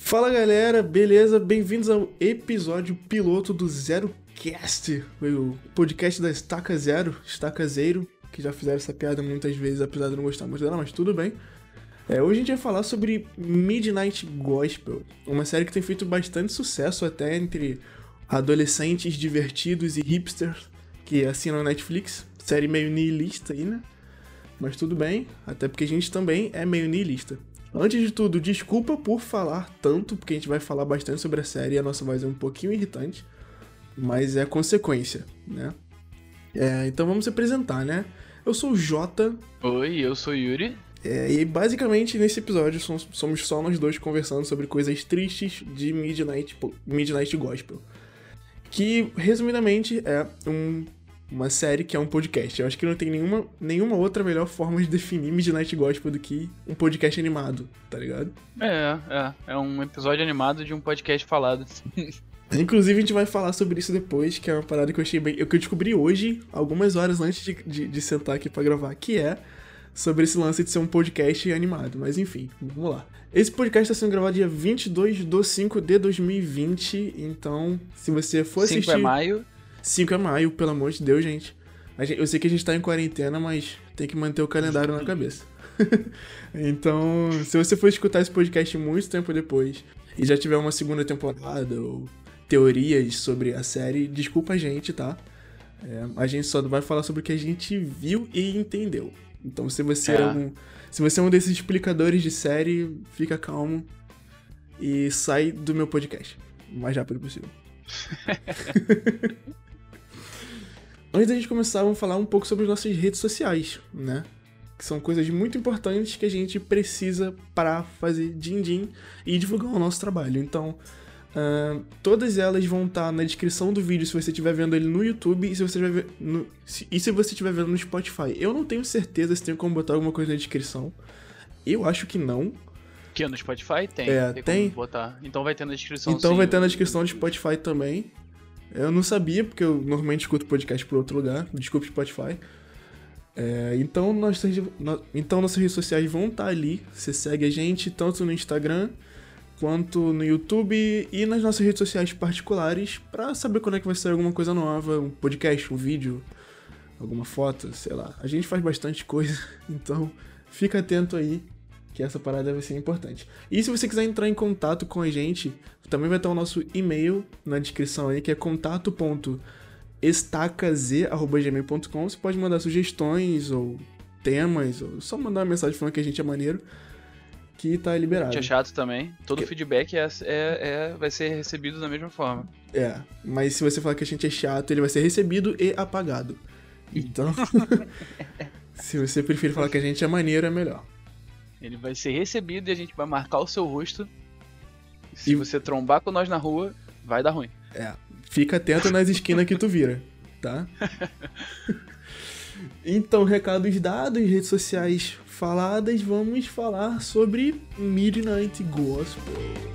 Fala galera, beleza? Bem-vindos ao episódio piloto do ZeroCast, o podcast da Estaca Zero, Estacazeiro, que já fizeram essa piada muitas vezes, apesar de eu não gostar muito dela, mas tudo bem. Hoje a gente vai falar sobre Midnight Gospel, uma série que tem feito bastante sucesso até entre adolescentes divertidos e hipsters que assinam a Netflix, série meio nihilista aí, né? Mas tudo bem, até porque a gente também é meio nihilista. Antes de tudo, desculpa por falar tanto, porque a gente vai falar bastante sobre a série e a nossa voz é um pouquinho irritante, mas é consequência, né? Então vamos se apresentar, né? Eu sou o Jota. Oi, eu sou o Yuri. E basicamente nesse episódio somos só nós dois conversando sobre coisas tristes de Midnight Gospel. Que, resumidamente, é uma série que é um podcast. Eu acho que não tem nenhuma outra melhor forma de definir Midnight Gospel do que um podcast animado, tá ligado? É um episódio animado de um podcast falado. Inclusive a gente vai falar sobre isso depois, que é uma parada que eu achei que eu descobri hoje, algumas horas antes de sentar aqui pra gravar, que é sobre esse lance de ser um podcast animado. Mas enfim, vamos lá. Esse podcast está sendo gravado dia 22/5/2020, então se você for assistir... 5 é maio. 5 é maio, pelo amor de Deus, gente. Eu sei que a gente tá em quarentena, mas tem que manter o calendário na cabeça. Então, se você for escutar esse podcast muito tempo depois e já tiver uma segunda temporada ou teorias sobre a série, desculpa a gente, tá? A gente só vai falar sobre o que a gente viu e entendeu. Então, se você é um desses explicadores de série, fica calmo e sai do meu podcast o mais rápido possível. Antes da gente começar, vamos falar um pouco sobre as nossas redes sociais, né? Que são coisas muito importantes que a gente precisa para fazer din-din e divulgar o nosso trabalho. Então, todas elas vão estar na descrição do vídeo se você estiver vendo ele no YouTube e se você estiver vendo no Spotify. Eu não tenho certeza se tem como botar alguma coisa na descrição. Eu acho que não. Que no Spotify tem. Tem. Como botar. Então vai ter na descrição. Então sim, vai ter na descrição do Spotify também. Eu não sabia, porque eu normalmente escuto podcast por outro lugar. Desculpe, Spotify. Então nossas redes sociais vão estar ali. Você segue a gente tanto no Instagram quanto no YouTube e nas nossas redes sociais particulares pra saber quando é que vai sair alguma coisa nova, um podcast, um vídeo, alguma foto, sei lá. A gente faz bastante coisa, então fica atento aí que essa parada vai ser importante. E se você quiser entrar em contato com a gente, também vai estar o nosso e-mail na descrição aí, que é contato.estacaz@gmail.com. Você pode mandar sugestões ou temas, ou só mandar uma mensagem falando que a gente é maneiro, que tá liberado. A gente é chato também. Todo feedback vai ser recebido da mesma forma. Mas se você falar que a gente é chato, ele vai ser recebido e apagado. Então, se você preferir falar que a gente é maneiro, é melhor. Ele vai ser recebido e a gente vai marcar o seu rosto. Se você trombar com nós na rua, vai dar ruim. Fica atento nas esquinas que tu vira, tá? Então, recados dados, redes sociais faladas, vamos falar sobre Midnight Gospel.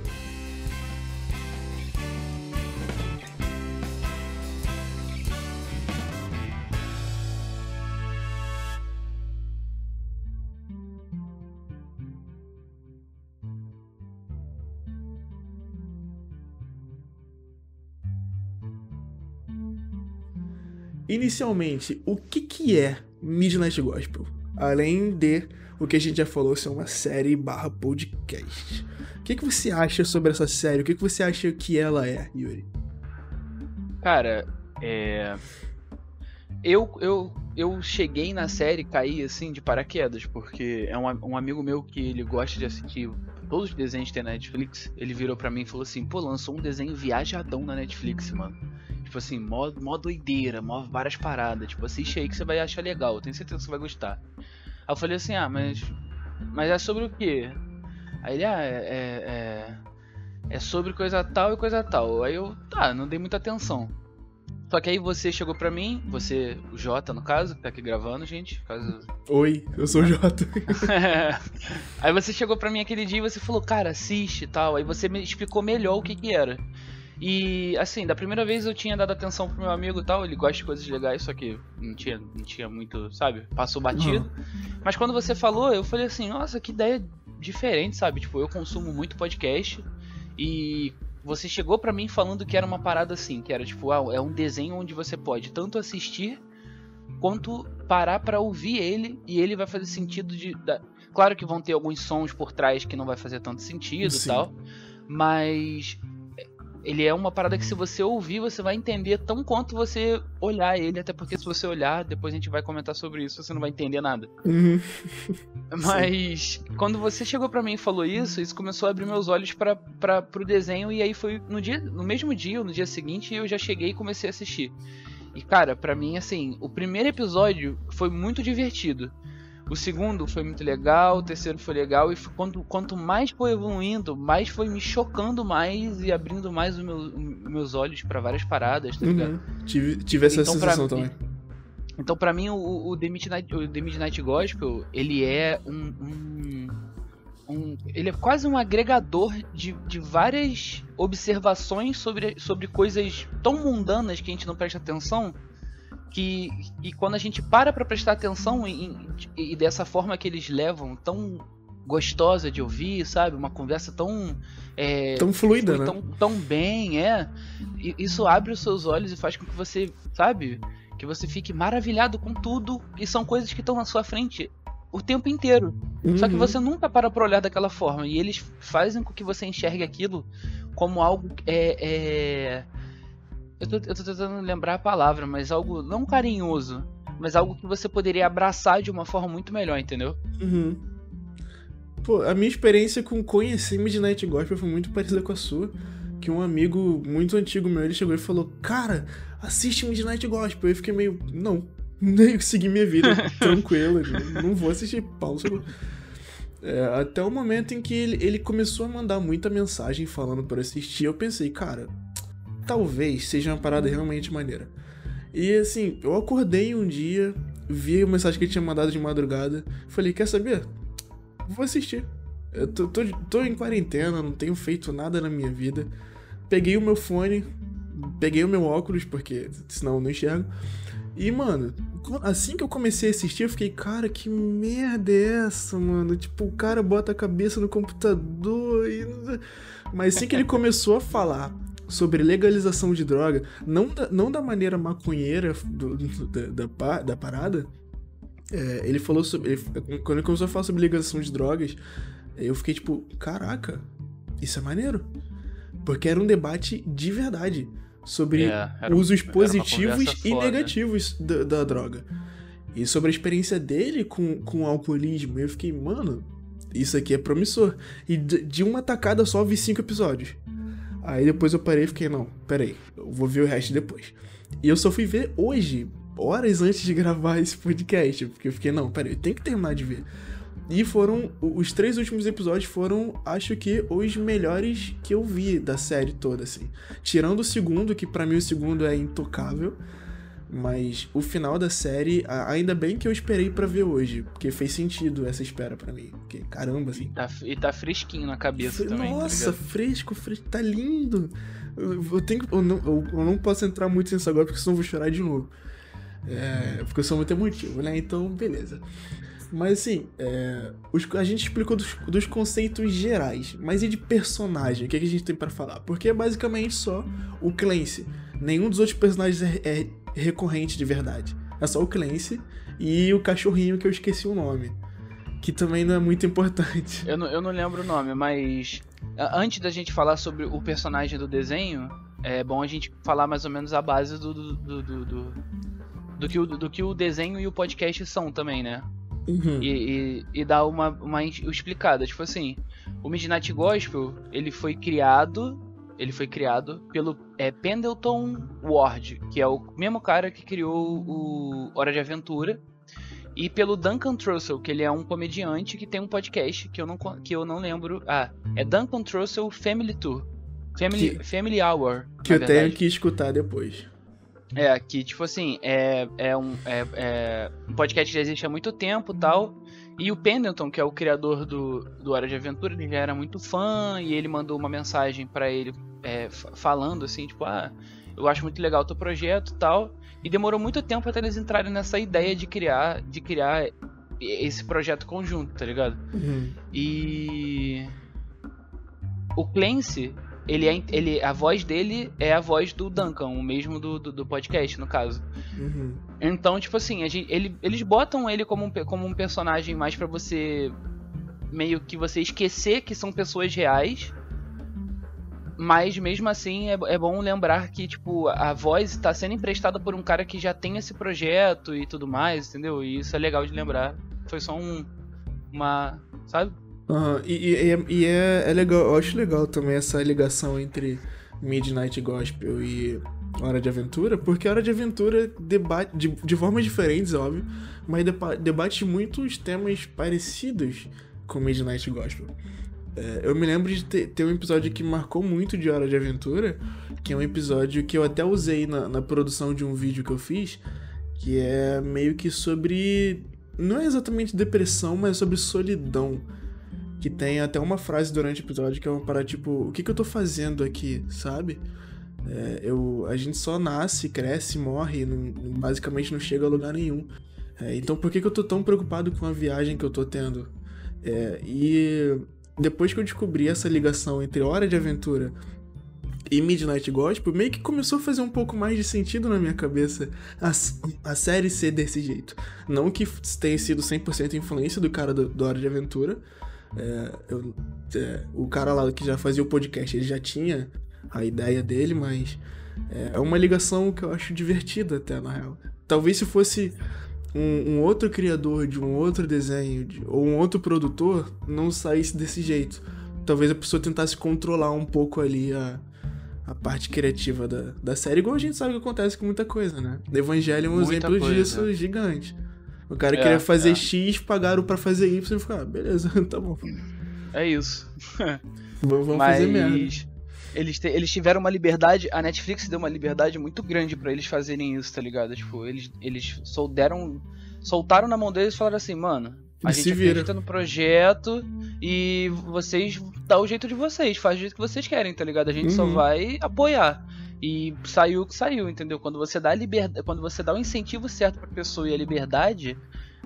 Inicialmente, o que é Midnight Gospel? Além de o que a gente já falou, ser uma série /podcast. O que você acha sobre essa série? O que você acha que ela é, Yuri? Cara, Eu cheguei na série, caí assim de paraquedas, porque é um amigo meu que ele gosta de assistir todos os desenhos que tem na Netflix. Ele virou pra mim e falou assim: pô, lançou um desenho viajadão na Netflix, mano. Tipo assim, mó doideira, várias paradas. Tipo, assiste aí que você vai achar legal, eu tenho certeza que você vai gostar. Aí eu falei assim: mas é sobre o quê? Aí ele: é sobre coisa tal e coisa tal. Aí eu, não dei muita atenção. Só que aí você chegou pra mim, você, o Jota no caso, que tá aqui gravando, gente. Caso... Oi, eu sou o Jota. Aí você chegou pra mim aquele dia e você falou: cara, assiste e tal. Aí você me explicou melhor o que era. E assim, da primeira vez eu tinha dado atenção pro meu amigo e tal, ele gosta de coisas legais, só que não tinha muito, sabe? Passou batido. Mas quando você falou, eu falei assim: nossa, que ideia diferente, sabe? Tipo, eu consumo muito podcast E você chegou pra mim falando que era uma parada assim, que era tipo, é um desenho onde você pode tanto assistir quanto parar pra ouvir ele, e ele vai fazer sentido Claro que vão ter alguns sons por trás que não vai fazer tanto sentido e tal, mas ele é uma parada que se você ouvir, você vai entender tão quanto você olhar ele, até porque se você olhar, depois a gente vai comentar sobre isso, você não vai entender nada. Mas quando você chegou pra mim e falou isso começou a abrir meus olhos pro desenho, e aí foi no mesmo dia ou no dia seguinte eu já cheguei e comecei a assistir. E cara, pra mim assim, o primeiro episódio foi muito divertido. O segundo foi muito legal, o terceiro foi legal, e quanto mais foi evoluindo, mais foi me chocando mais e abrindo mais os meus olhos pra várias paradas, tá ligado? Tive essa sensação também. Então pra mim o The Midnight Gospel, ele é ele é quase um agregador de várias observações sobre coisas tão mundanas que a gente não presta atenção, que quando a gente para pra prestar atenção e dessa forma que eles levam, tão gostosa de ouvir, sabe? Uma conversa tão fluida, né? Tão bem, isso abre os seus olhos e faz com que você, sabe? Que você fique maravilhado com tudo, e são coisas que estão na sua frente o tempo inteiro. Só que você nunca para pra olhar daquela forma, e eles fazem com que você enxergue aquilo como algo eu tô tentando lembrar a palavra, mas algo não carinhoso, mas algo que você poderia abraçar de uma forma muito melhor, entendeu? Pô, a minha experiência com conhecer Midnight Gospel foi muito parecida com a sua. Que um amigo muito antigo meu, ele chegou e falou: cara, assiste Midnight Gospel. Eu fiquei meio, não, nem segui minha vida tranquila, não vou assistir, pausa. Até o momento em que ele começou a mandar muita mensagem falando pra assistir, eu pensei, cara, talvez seja uma parada realmente maneira. E assim, eu acordei um dia, vi a mensagem que ele tinha mandado de madrugada, falei, quer saber? Vou assistir. Eu tô em quarentena, não tenho feito nada na minha vida. Peguei o meu fone, peguei o meu óculos, porque senão eu não enxergo. E, mano, assim que eu comecei a assistir, eu fiquei, cara, que merda é essa, mano? Tipo, o cara bota a cabeça no computador e... Mas assim que ele começou a falar sobre legalização de droga, não da maneira maconheira da parada, ele falou sobre... Quando ele começou a falar sobre legalização de drogas, eu fiquei tipo, caraca, isso é maneiro. Porque era um debate de verdade sobre usos positivos e negativos da droga. E sobre a experiência dele com o alcoolismo. Eu fiquei, mano, isso aqui é promissor. E de uma tacada só eu vi 5 episódios. Aí depois eu parei e fiquei, não, peraí, eu vou ver o resto depois. E eu só fui ver hoje, horas antes de gravar esse podcast. Porque eu fiquei, não, peraí, eu tenho que terminar de ver. E os 3 últimos episódios foram, acho que, os melhores que eu vi da série toda, assim. Tirando o segundo, que pra mim o segundo é intocável. Mas o final da série, ainda bem que eu esperei pra ver hoje. Porque fez sentido essa espera pra mim. Porque, caramba, assim. E tá fresquinho na cabeça também. Nossa, tá fresco, tá lindo. Eu não posso entrar muito nisso agora, porque senão eu vou chorar de novo. Porque eu sou muito emotivo, né? Então, beleza. Mas assim, a gente explicou dos conceitos gerais, mas e de personagem? O que a gente tem pra falar? Porque é basicamente só o Clancy. Nenhum dos outros personagens é recorrente de verdade. É só o Clancy e o cachorrinho que eu esqueci o nome. Que também não é muito importante. Eu não lembro o nome, mas antes da gente falar sobre o personagem do desenho, é bom a gente falar mais ou menos a base do que o desenho e o podcast são também, né? E dar uma explicada. Tipo assim, o Midnight Gospel, ele foi criado pelo Pendleton Ward, que é o mesmo cara que criou o Hora de Aventura, e pelo Duncan Trussell, que ele é um comediante que tem um podcast que eu não lembro. É Duncan Trussell Family Tour, Family Hour, que eu tenho que escutar depois. Que tipo assim, um podcast que já existe há muito tempo e tal. E o Pendleton, que é o criador do Hora de Aventura, ele já era muito fã. E ele mandou uma mensagem pra ele falando assim, tipo, eu acho muito legal o teu projeto e tal. E demorou muito tempo até eles entrarem nessa ideia de criar esse projeto conjunto, tá ligado? E o Clancy, a voz dele é a voz do Duncan, o mesmo do podcast, no caso. Uhum. Então, tipo assim, eles botam ele como um personagem mais pra você... meio que você esquecer que são pessoas reais. Mas mesmo assim é bom lembrar que, tipo, a voz tá sendo emprestada por um cara que já tem esse projeto e tudo mais, entendeu? E isso é legal de lembrar. Foi só sabe? Uhum. E é legal, eu acho legal também essa ligação entre Midnight Gospel e Hora de Aventura, porque Hora de Aventura debate de formas diferentes, óbvio, mas debate muitos temas parecidos com Midnight Gospel. Eu me lembro de ter um episódio que marcou muito de Hora de Aventura, que é um episódio que eu até usei na produção de um vídeo que eu fiz, que é meio que sobre... não é exatamente depressão, mas sobre solidão. Que tem até uma frase durante o episódio que é uma parada tipo, o que eu tô fazendo aqui, sabe? A gente só nasce, cresce, morre, basicamente não chega a lugar nenhum. Então por que eu tô tão preocupado com a viagem que eu tô tendo? E depois que eu descobri essa ligação entre Hora de Aventura e Midnight Gospel, meio que começou a fazer um pouco mais de sentido na minha cabeça a série ser desse jeito. Não que tenha sido 100% influência do cara do Hora de Aventura. O cara lá que já fazia o podcast, ele já tinha a ideia dele, mas é uma ligação que eu acho divertida até, na real. Talvez se fosse um outro criador de um outro desenho ou um outro produtor, não saísse desse jeito. Talvez a pessoa tentasse controlar um pouco ali a parte criativa da série, igual a gente sabe que acontece com muita coisa, né? Evangelho é um exemplo disso gigante. O cara queria fazer X, pagaram pra fazer Y e ficou, beleza, tá bom. É isso. Vamos fazer merda. Eles tiveram uma liberdade, a Netflix deu uma liberdade muito grande pra eles fazerem isso, tá ligado? Tipo, eles soltaram na mão deles e falaram assim, mano, a gente acredita no projeto e vocês dá o jeito de vocês, faz o jeito que vocês querem, tá ligado? A gente só vai apoiar. E saiu o que saiu, entendeu? Quando você dá quando você dá o incentivo certo pra pessoa e a liberdade,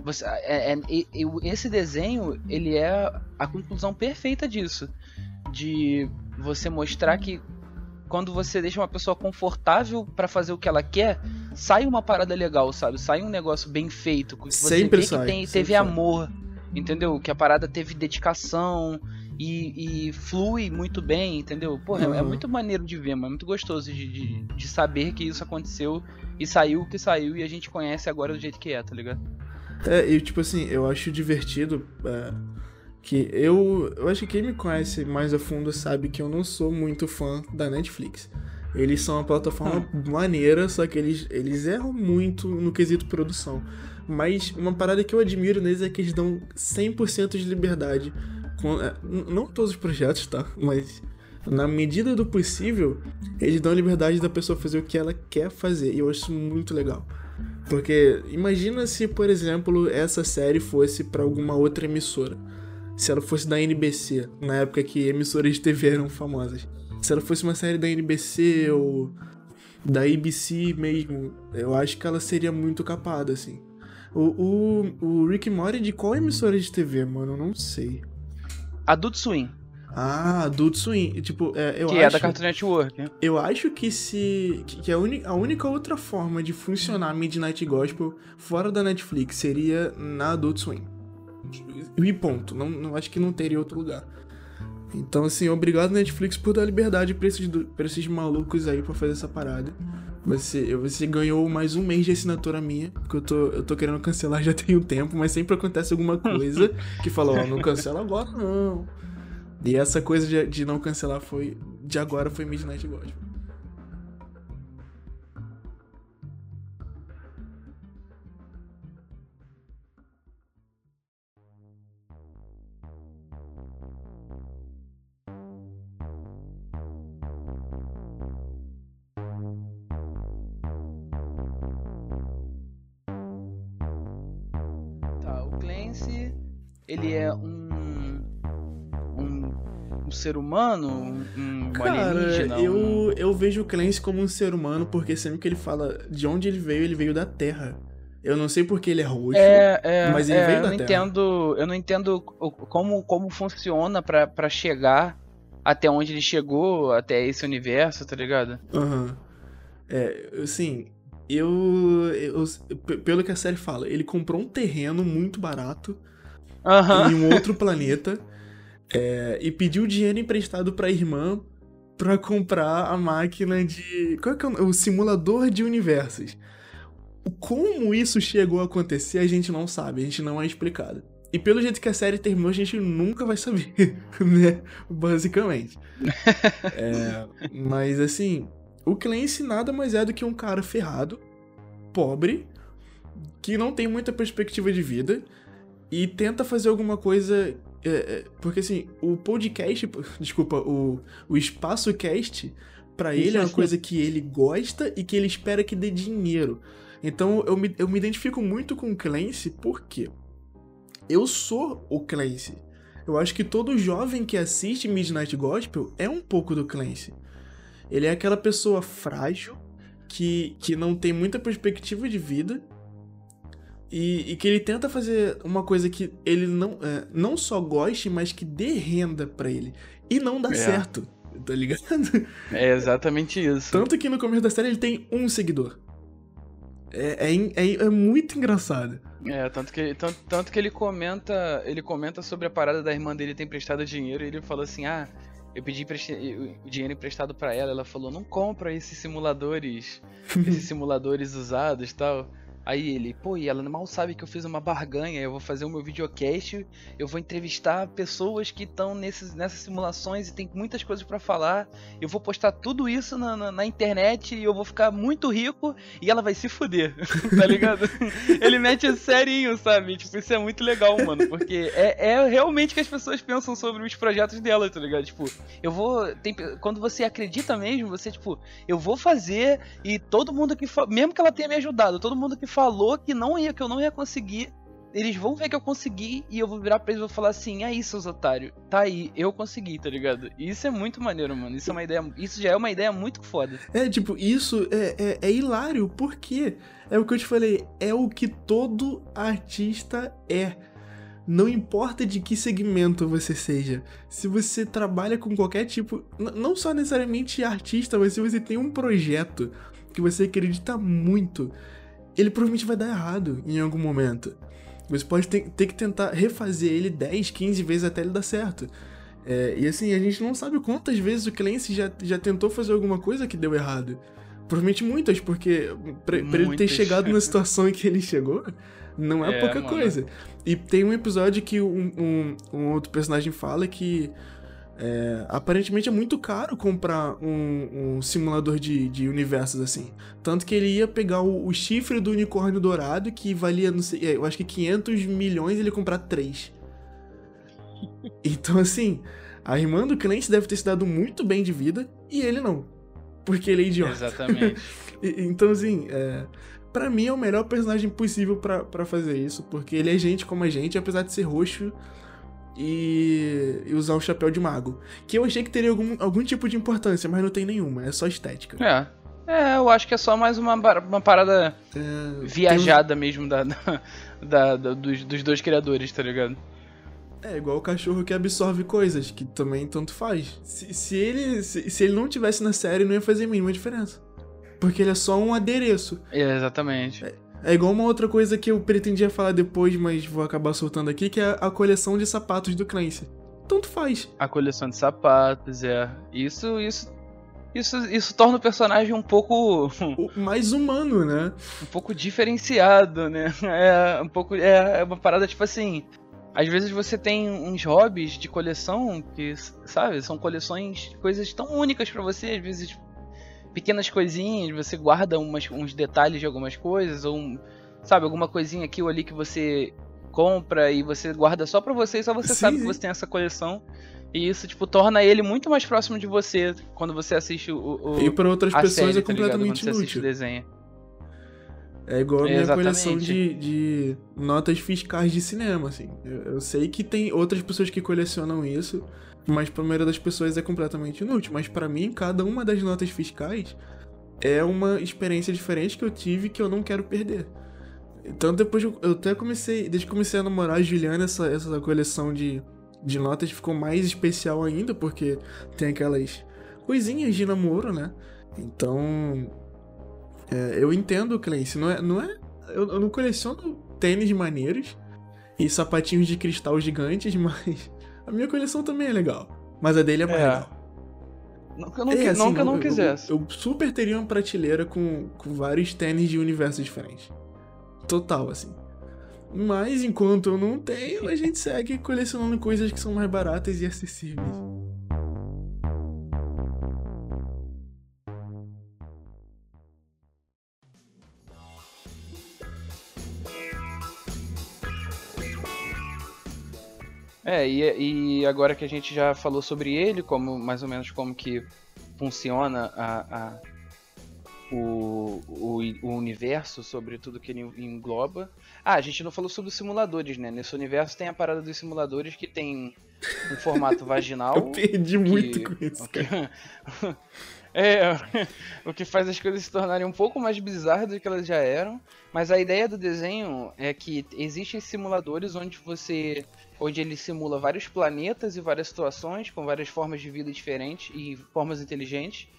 esse desenho, ele é a conclusão perfeita disso. De você mostrar que quando você deixa uma pessoa confortável pra fazer o que ela quer, sai uma parada legal, sabe? Sai um negócio bem feito. Que você sempre vê que teve amor, entendeu? Que a parada teve dedicação e flui muito bem, entendeu? Porra, é muito maneiro de ver, mas é muito gostoso de saber que isso aconteceu e saiu o que saiu e a gente conhece agora do jeito que é, tá ligado? E tipo assim, eu acho divertido... que eu acho que quem me conhece mais a fundo sabe que eu não sou muito fã da Netflix. Eles são uma plataforma maneira, só que eles erram muito no quesito produção. Mas uma parada que eu admiro neles é que eles dão 100% de liberdade. Não todos os projetos, tá? Mas na medida do possível, eles dão liberdade da pessoa fazer o que ela quer fazer. E eu acho isso muito legal. Porque imagina se, por exemplo, essa série fosse pra alguma outra emissora. Se ela fosse da NBC, na época que emissoras de TV eram famosas. Se ela fosse uma série da NBC ou da ABC mesmo, eu acho que ela seria muito capada, assim. O Rick and Morty de qual emissora de TV, mano? Eu não sei. Adult Swim. Adult Swim. Tipo, eu que acho... é da Cartoon Network, né? Eu acho que a única outra forma de funcionar Midnight Gospel fora da Netflix seria na Adult Swim. E ponto. Não acho que não teria outro lugar. Então, assim, obrigado Netflix por dar liberdade pra esses malucos aí pra fazer essa parada. Você ganhou mais um mês de assinatura minha, porque eu tô querendo cancelar já tem um tempo, mas sempre acontece alguma coisa que fala, não cancela agora não. E essa coisa de não cancelar de agora foi Midnight Gospel. Ele é um ser humano, um alienígena? Eu vejo o Clancy como um ser humano porque sempre que ele fala de onde ele veio da Terra. Eu não sei porque ele é roxo, mas ele veio da Terra. Eu não entendo como funciona pra chegar até onde ele chegou, até esse universo, tá ligado? Aham. Assim, pelo que a série fala, ele comprou um terreno muito barato em um outro planeta e pediu dinheiro emprestado pra irmã pra comprar a máquina de... Qual é que é o simulador de universos? Como isso chegou a acontecer, a gente não sabe, a gente não é explicado. E pelo jeito que a série terminou, a gente nunca vai saber, né? Basicamente. Mas assim, o Clancy nada mais é do que um cara ferrado, pobre, que não tem muita perspectiva de vida e tenta fazer alguma coisa. Porque assim, o podcast, desculpa, o espaço cast, pra ele é uma coisa que ele gosta e que ele espera que dê dinheiro. Então eu me identifico muito com o Clancy, porque eu sou o Clancy. Eu acho que todo jovem que assiste Midnight Gospel é um pouco do Clancy. Ele é aquela pessoa frágil, que não tem muita perspectiva de vida, e que ele tenta fazer uma coisa que ele não só goste, mas que dê renda pra ele. E não dá certo, tá ligado? É exatamente isso. Tanto que no começo da série ele tem um seguidor. É muito engraçado. Tanto que ele comenta sobre a parada da irmã dele ter emprestado dinheiro e ele falou assim, eu pedi o dinheiro emprestado pra ela falou, não compra esses simuladores usados e tal. Aí ele, e ela mal sabe que eu fiz uma barganha, eu vou fazer o meu videocast, eu vou entrevistar pessoas que estão nessas simulações e tem muitas coisas pra falar, eu vou postar tudo isso na internet e eu vou ficar muito rico e ela vai se fuder, tá ligado? Ele mete serinho, sabe? Tipo, isso é muito legal, mano, porque é realmente que as pessoas pensam sobre os projetos dela, tá ligado? Tipo, quando você acredita mesmo, você, tipo, eu vou fazer e todo mundo mesmo que ela tenha me ajudado, todo mundo que falou que eu não ia conseguir, eles vão ver que eu consegui e eu vou virar pra eles e vou falar assim, aí seus otários, tá aí, eu consegui, tá ligado? E isso é muito maneiro, mano, isso já é uma ideia muito foda. Tipo, isso é hilário, porque é o que eu te falei, é o que todo artista é. Não importa de que segmento você seja, se você trabalha com qualquer tipo, não só necessariamente artista, mas se você tem um projeto que você acredita muito, ele provavelmente vai dar errado em algum momento. Você pode ter que tentar refazer ele 10, 15 vezes até ele dar certo. E assim, a gente não sabe quantas vezes o Clancy já tentou fazer alguma coisa que deu errado. Provavelmente muitas, porque pra ele ter chegado na situação em que ele chegou, não é pouca coisa. E tem um episódio que um outro personagem fala que aparentemente é muito caro comprar um simulador de universos assim. Tanto que ele ia pegar o chifre do unicórnio dourado, que valia, não sei, eu acho que 500 milhões, e ele ia comprar 3. Então assim, a irmã do Clancy deve ter se dado muito bem de vida, e ele não. Porque ele é idiota. Exatamente. Então assim, pra mim é o melhor personagem possível pra fazer isso, porque ele é gente como a gente, apesar de ser roxo e usar o chapéu de mago. Que eu achei que teria algum tipo de importância, mas não tem nenhuma, é só estética. Eu acho que é só mais uma parada viajada mesmo dos dois criadores, tá ligado? É igual o cachorro que absorve coisas, que também tanto faz. Se ele não tivesse na série, não ia fazer a mínima diferença. Porque ele é só um adereço. Exatamente. É igual uma outra coisa que eu pretendia falar depois, mas vou acabar soltando aqui, que é a coleção de sapatos do Clancy. Tanto faz. A coleção de sapatos, Isso torna o personagem um pouco... mais humano, né? Um pouco diferenciado, né? É uma parada tipo assim... Às vezes você tem uns hobbies de coleção que, sabe, são coleções de coisas tão únicas pra você, às vezes pequenas coisinhas, você guarda uns detalhes de algumas coisas, ou sabe, alguma coisinha aqui ou ali que você compra e você guarda só pra você e só você sabe que você tem essa coleção. E isso, tipo, torna ele muito mais próximo de você quando você assiste e pra outras pessoas série, é completamente quando você assiste inútil. o desenho. É igual a minha coleção de notas fiscais de cinema, assim. Eu sei que tem outras pessoas que colecionam isso, mas pra maioria das pessoas é completamente inútil. Mas pra mim, cada uma das notas fiscais é uma experiência diferente que eu tive que eu não quero perder. Então depois eu até desde que comecei a namorar a Juliana, essa coleção de de notas ficou mais especial ainda, porque tem aquelas coisinhas de namoro, né? Então, eu entendo o Clancy. Eu não coleciono tênis maneiros e sapatinhos de cristal gigantes, mas a minha coleção também é legal. Mas a dele é mais legal. Não que eu não quisesse. Eu super teria uma prateleira com vários tênis de universos diferentes. Total, assim. Mas enquanto eu não tenho, a gente segue colecionando coisas que são mais baratas e acessíveis. E agora que a gente já falou sobre ele, como mais ou menos como que funciona o universo, sobre tudo que ele engloba. A gente não falou sobre os simuladores, né? Nesse universo tem a parada dos simuladores que tem um formato vaginal. Eu perdi muito com isso, cara. O que faz as coisas se tornarem um pouco mais bizarras do que elas já eram. Mas a ideia do desenho é que existem simuladores onde ele simula vários planetas e várias situações com várias formas de vida diferentes e formas inteligentes.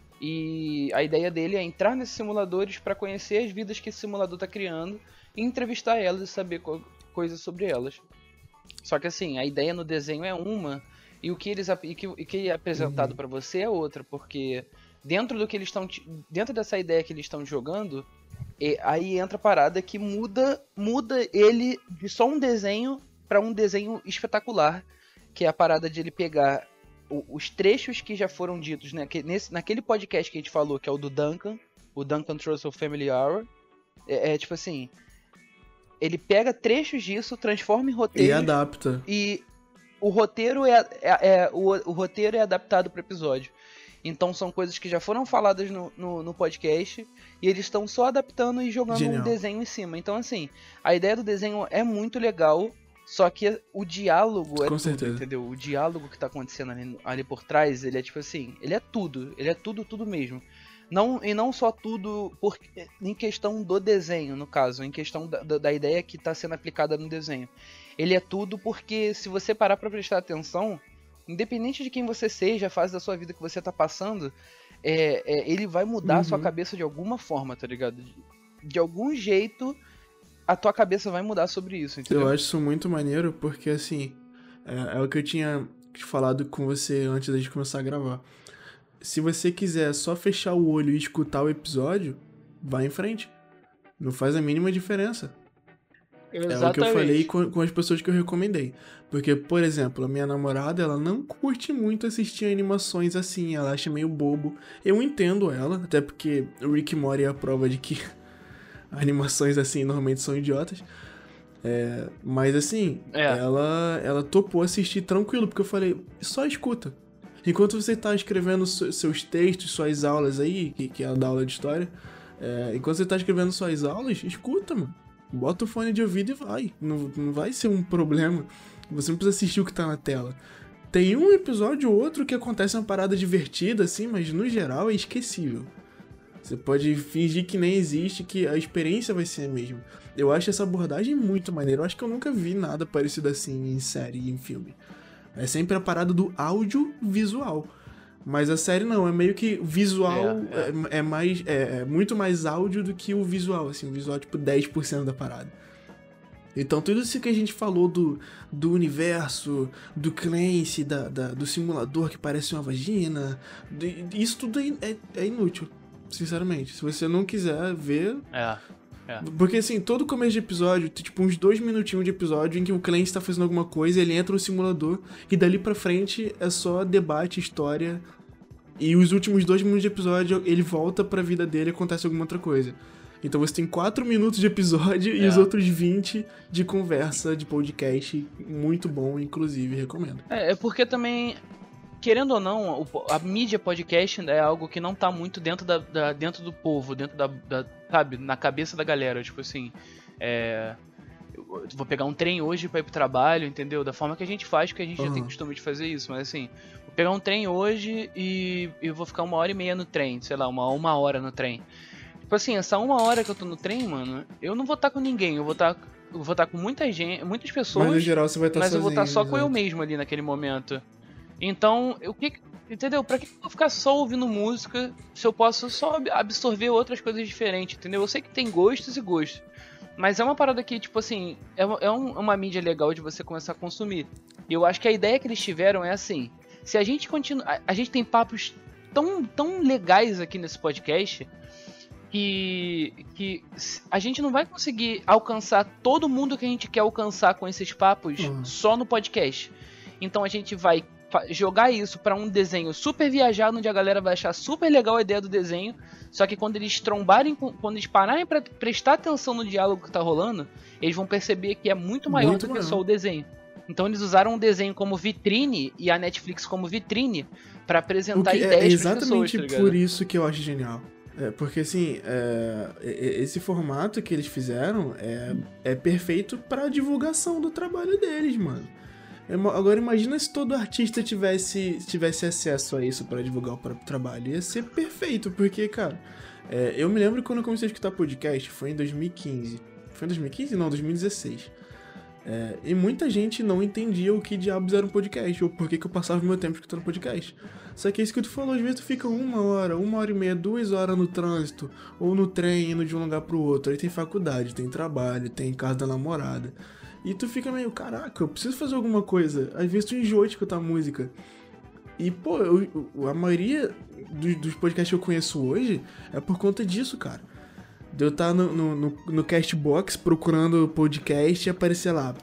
E a ideia dele é entrar nesses simuladores para conhecer as vidas que esse simulador está criando e entrevistar elas e saber coisas sobre elas. Só que assim, a ideia no desenho é uma e o que é apresentado para você é outra, porque dentro dessa ideia que eles estão jogando, aí entra a parada que muda ele de só um desenho para um desenho espetacular, que é a parada de ele pegar os trechos que já foram ditos, né, naquele podcast que a gente falou, que é o do Duncan, o Duncan Trussell Family Hour, tipo assim, ele pega trechos disso, transforma em roteiro e adapta. E o roteiro o roteiro é adaptado para o episódio. Então são coisas que já foram faladas no podcast e eles estão só adaptando e jogando um desenho em cima. Então assim, a ideia do desenho é muito legal. Só que o diálogo com certeza. Entendeu? O diálogo que tá acontecendo ali por trás, ele é tipo assim, ele é tudo mesmo. Não só tudo em questão do desenho, no caso, em questão da ideia que tá sendo aplicada no desenho. Ele é tudo porque se você parar pra prestar atenção, independente de quem você seja, a fase da sua vida que você tá passando, ele vai mudar a sua cabeça de alguma forma, tá ligado? De algum jeito a tua cabeça vai mudar sobre isso, entendeu? Eu acho isso muito maneiro, porque assim, é o que eu tinha falado com você antes da gente começar a gravar. Se você quiser só fechar o olho e escutar o episódio, vai em frente. Não faz a mínima diferença. Exatamente. É o que eu falei com as pessoas que eu recomendei. Porque, por exemplo, a minha namorada, ela não curte muito assistir animações assim, ela acha meio bobo. Eu entendo ela, até porque o Rick e Morty é a prova de que animações assim normalmente são idiotas. Mas assim, ela topou assistir tranquilo, porque eu falei, só escuta. Enquanto você tá escrevendo seus textos, suas aulas aí, que é a da aula de história, enquanto você tá escrevendo suas aulas, escuta, mano. Bota o fone de ouvido e vai. Não vai ser um problema. Você não precisa assistir o que tá na tela. Tem um episódio ou outro que acontece uma parada divertida, assim, mas no geral é esquecível. Você pode fingir que nem existe, que a experiência vai ser a mesma. Eu acho essa abordagem muito maneira. Eu acho que eu nunca vi nada parecido assim em série e em filme. É sempre a parada do audiovisual. Mas a série não, é meio que visual, é muito mais áudio do que o visual, assim, o visual é tipo 10% da parada. Então tudo isso que a gente falou do universo, do Clancy, do simulador que parece uma vagina, isso tudo é inútil. Sinceramente, se você não quiser ver... Porque assim, todo começo de episódio, tem tipo uns 2 minutinhos de episódio em que o Clancy tá fazendo alguma coisa, ele entra no simulador e dali pra frente é só debate, história, e os últimos 2 minutos de episódio ele volta pra vida dele e acontece alguma outra coisa. Então você tem 4 minutos de episódio e os outros 20 de conversa, de podcast, muito bom, inclusive, recomendo. Porque também... Querendo ou não, a mídia podcast é algo que não tá muito dentro dentro do povo, dentro sabe, na cabeça da galera. Tipo assim, eu vou pegar um trem hoje pra ir pro trabalho, entendeu? Da forma que a gente faz, porque a gente já tem costume de fazer isso. Mas assim, vou pegar um trem hoje e eu vou ficar 1h30 no trem, sei lá, uma hora no trem. Tipo assim, essa 1 hora que eu tô no trem, mano, eu não vou estar com ninguém, eu vou estar eu vou estar com muita gente, muitas Mas no pessoas, geral você vai estar mas sozinho. eu vou estar só com eu exato. mesmo ali naquele momento. Então, entendeu? Pra que eu vou ficar só ouvindo música se eu posso só absorver outras coisas diferentes, entendeu? Eu sei que tem gostos e gostos. Mas é uma parada que, tipo assim, uma mídia legal de você começar a consumir. E eu acho que a ideia que eles tiveram é assim: se a gente continua. A gente tem papos tão legais aqui nesse podcast que a gente não vai conseguir alcançar todo mundo que a gente quer alcançar com esses papos só no podcast. Então a gente vai jogar isso pra um desenho super viajado, onde a galera vai achar super legal a ideia do desenho, só que quando eles trombarem, quando eles pararem pra prestar atenção no diálogo que tá rolando, eles vão perceber que é muito maior do que só o desenho. Então eles usaram o desenho como vitrine e a Netflix como vitrine pra apresentar ideias pras pessoas, tá ligado? É exatamente por isso que eu acho genial. Porque assim, esse formato que eles fizeram é perfeito pra divulgação do trabalho deles, mano. Agora imagina se todo artista tivesse acesso a isso pra divulgar o próprio trabalho. Ia ser perfeito, porque, cara, eu me lembro quando eu comecei a escutar podcast, foi em 2015. Foi em 2015? Não, 2016. E muita gente não entendia o que diabos era um podcast, ou por que eu passava meu tempo escutando podcast. Só que é isso que tu falou, às vezes tu fica 1 hora e meia, 2 horas no trânsito, ou no trem, indo de um lugar pro outro. Aí tem faculdade, tem trabalho, tem casa da namorada. E tu fica meio, caraca, eu preciso fazer alguma coisa. Às vezes tu enjoa de escutar música. E, pô, a maioria dos podcasts que eu conheço hoje é por conta disso, cara. De eu estar no Castbox procurando podcast e aparecer lá.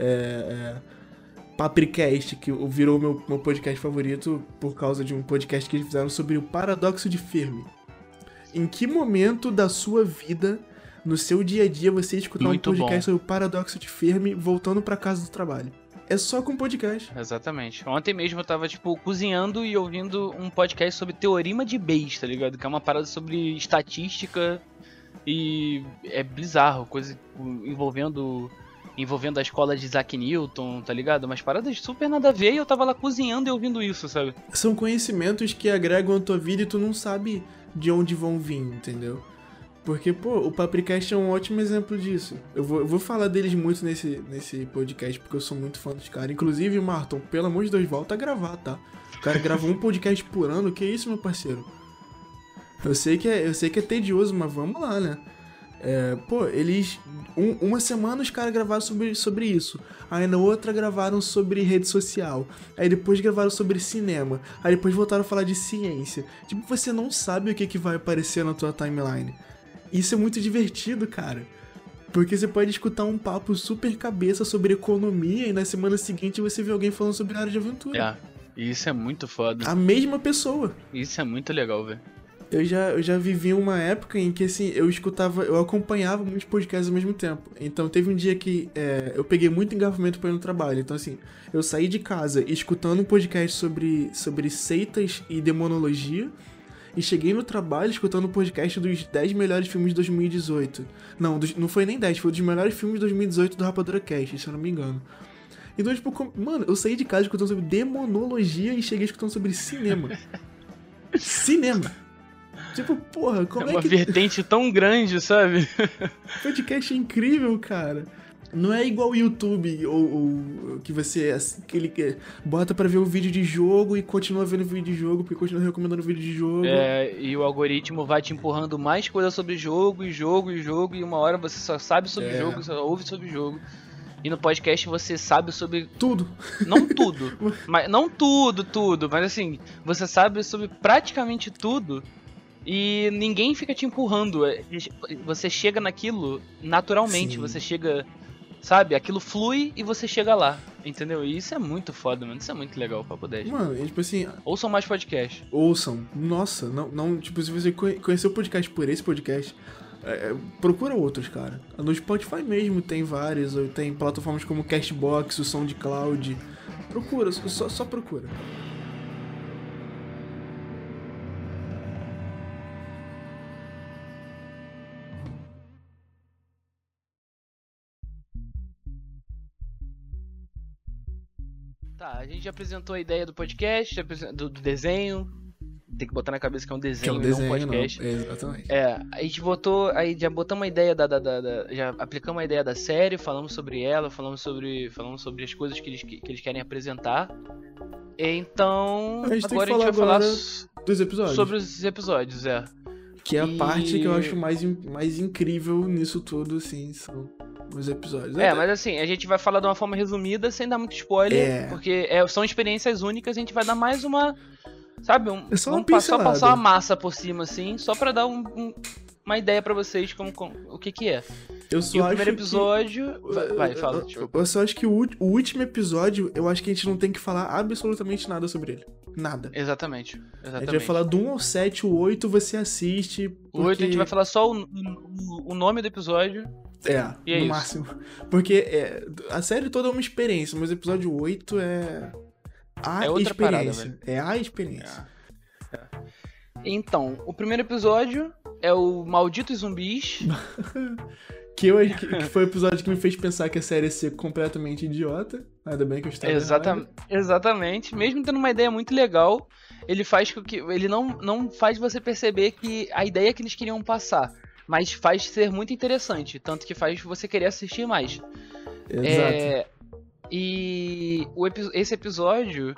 Papricast, que virou meu podcast favorito por causa de um podcast que eles fizeram sobre o paradoxo de Fermi. Em que momento da sua vida, no seu dia a dia, você escutar um podcast sobre o paradoxo de Fermi voltando pra casa do trabalho? É só com podcast. Exatamente. Ontem mesmo eu tava, tipo, cozinhando e ouvindo um podcast sobre teorema de Bayes, tá ligado? Que é uma parada sobre estatística e é bizarro, coisa envolvendo a escola de Isaac Newton, tá ligado? Umas paradas super nada a ver e eu tava lá cozinhando e ouvindo isso, sabe? São conhecimentos que agregam a tua vida e tu não sabe de onde vão vir, entendeu? Porque, pô, o Papricast é um ótimo exemplo disso. Eu vou falar deles muito nesse podcast, porque eu sou muito fã dos caras. Inclusive, Marton, pelo amor de Deus, volta a gravar, tá? O cara gravou um podcast por ano, que isso, meu parceiro? Eu sei que é tedioso, mas vamos lá, né? Pô, eles... Uma semana os caras gravaram sobre isso. Aí na outra gravaram sobre rede social. Aí depois gravaram sobre cinema. Aí depois voltaram a falar de ciência. Tipo, você não sabe o que vai aparecer na tua timeline. Isso é muito divertido, cara. Porque você pode escutar um papo super cabeça sobre economia e na semana seguinte você vê alguém falando sobre área de aventura. E isso é muito foda. A mesma pessoa. Isso é muito legal, velho. Eu já vivi uma época em que, assim, eu acompanhava muitos podcasts ao mesmo tempo. Então, teve um dia que eu peguei muito engajamento pra ir no trabalho. Então, assim, eu saí de casa escutando um podcast sobre seitas e demonologia. E cheguei no trabalho escutando um podcast dos 10 melhores filmes de 2018. Não foi nem 10, foi dos melhores filmes de 2018 do Rapadura Cast, se eu não me engano. Então, tipo, mano, eu saí de casa escutando sobre demonologia e cheguei escutando sobre cinema. Cinema! Tipo, porra, como é que... uma vertente tão grande, sabe? Podcast é incrível, cara. Não é igual o YouTube, ou que você bota pra ver um vídeo de jogo e continua vendo vídeo de jogo, porque continua recomendando vídeo de jogo. E o algoritmo vai te empurrando mais coisa sobre jogo, e uma hora você só sabe sobre jogo, só ouve sobre jogo. E no podcast você sabe sobre... tudo. Não tudo, mas não tudo, mas assim, você sabe sobre praticamente tudo e ninguém fica te empurrando. Você chega naquilo naturalmente, Sim. você chega... Sabe? Aquilo flui e você chega lá, entendeu? E isso é muito foda, mano. Isso é muito legal, Papo 10. Mano, tipo assim... Ouçam mais podcast. Ouçam. Nossa, não tipo, se você conheceu o podcast por esse podcast, procura outros, cara. No Spotify mesmo tem vários, ou tem plataformas como Castbox, o SoundCloud. Procura, só procura. Tá, a gente já apresentou a ideia do podcast, do desenho, tem que botar na cabeça que é um Que é desenho, um e não um desenho, podcast. não. Exatamente. A gente botou, aí já botamos a ideia já aplicamos a ideia da série, falamos sobre ela, falamos sobre as coisas que eles querem apresentar. Então, A gente tem que agora a gente vai falar falar dos episódios. sobre os episódios, Que é a E- parte que eu acho mais incrível nisso tudo, assim, são os episódios. Mas assim, a gente vai falar de uma forma resumida, sem dar muito spoiler, porque são experiências únicas, a gente vai dar mais uma, sabe, É só uma vamos só pincelada. passar uma massa por cima, assim, só pra dar uma ideia pra vocês o que é. Eu só E o acho primeiro que- episódio... Vai, fala, desculpa. Eu só acho que o último episódio, eu acho que a gente não tem que falar absolutamente nada sobre ele. Nada. Exatamente. A gente vai falar do 1 ao 7, o 8 você assiste. O 8 a gente vai falar só o nome do episódio. E é no isso. máximo. Porque a série toda é uma experiência, mas o episódio 8 é a outra experiência. parada, é a experiência. Então, o primeiro episódio é o Malditos Zumbis. Que foi o episódio que me fez pensar que a série ia ser completamente idiota. Ainda bem que eu estava errado. Exatamente. Mesmo tendo uma ideia muito legal, ele faz com que ele não faz você perceber que a ideia que eles queriam passar, mas faz ser muito interessante, tanto que faz você querer assistir mais. Exato. E esse episódio,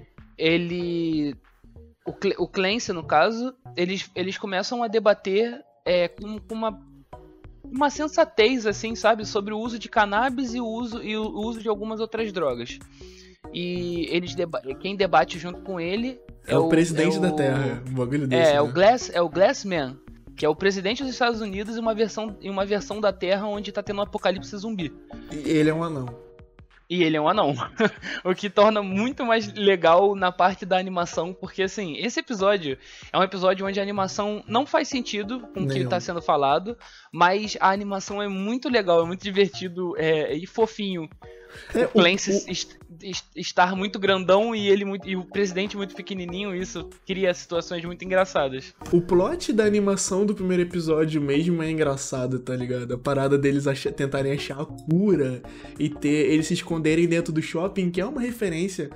o Clancy, no caso, eles começam a debater com uma sensatez, assim, sabe, sobre o uso de cannabis e o uso de algumas outras drogas. E quem debate junto com ele é o presidente da Terra, um bagulho desse. É o Glassman, que é o presidente dos Estados Unidos em uma versão da Terra onde tá tendo um apocalipse zumbi. E ele é um anão. E ele é um anão. O que torna muito mais legal na parte da animação, porque assim, esse episódio é um episódio onde a animação não faz sentido com o que está sendo falado, mas a animação é muito legal, é muito divertido e fofinho. O Clancy estar muito grandão e o presidente muito pequenininho, isso cria situações muito engraçadas. O plot da animação do primeiro episódio mesmo é engraçado, tá ligado? A parada deles tentarem achar a cura e eles se esconderem dentro do shopping, que é uma referência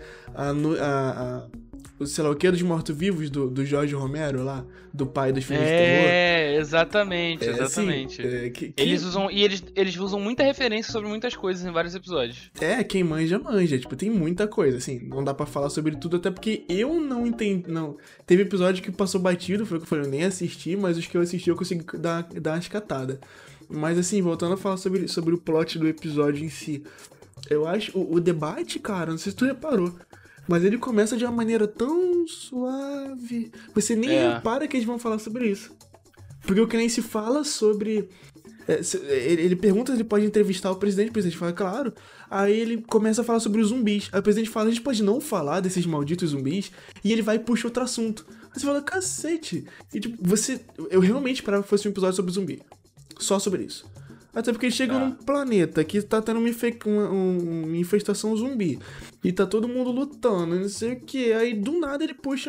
sei lá o que, dos mortos-vivos do Jorge Romero lá, do pai dos filmes de terror. Exatamente. Assim, Eles usam muita referência sobre muitas coisas em vários episódios. Quem manja, tipo, tem muita coisa, assim, não dá pra falar sobre tudo, até porque eu não entendi, teve episódio que passou batido, foi o que eu falei, eu nem assisti, mas os que eu assisti eu consegui dar uma escatada. Mas assim, voltando a falar sobre o plot do episódio em si, eu acho, o debate, cara, não sei se tu reparou, mas ele começa de uma maneira tão suave. Você nem repara que eles vão falar sobre isso. Porque o Clancy fala sobre... ele pergunta se ele pode entrevistar o presidente fala, claro. Aí ele começa a falar sobre os zumbis. Aí o presidente fala, a gente pode não falar desses malditos zumbis. E ele vai e puxa outro assunto. Aí você fala, cacete. E tipo, eu realmente esperava que fosse um episódio sobre zumbi. Só sobre isso. Até porque eles chegam num planeta que tá tendo uma infestação zumbi. E tá todo mundo lutando, não sei o que. Aí do nada ele puxa,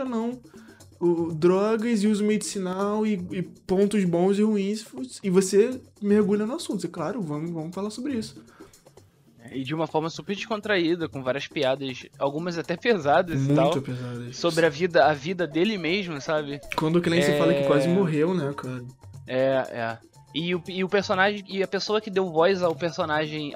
drogas e uso medicinal e pontos bons e ruins. E você mergulha no assunto. Você, claro, vamos falar sobre isso. E de uma forma super descontraída, com várias piadas, algumas até pesadas e tal. Muito pesadas. Sobre a vida dele mesmo, sabe? Quando o Clancy fala que quase morreu, né, cara? E o personagem, e a pessoa que deu voz ao personagem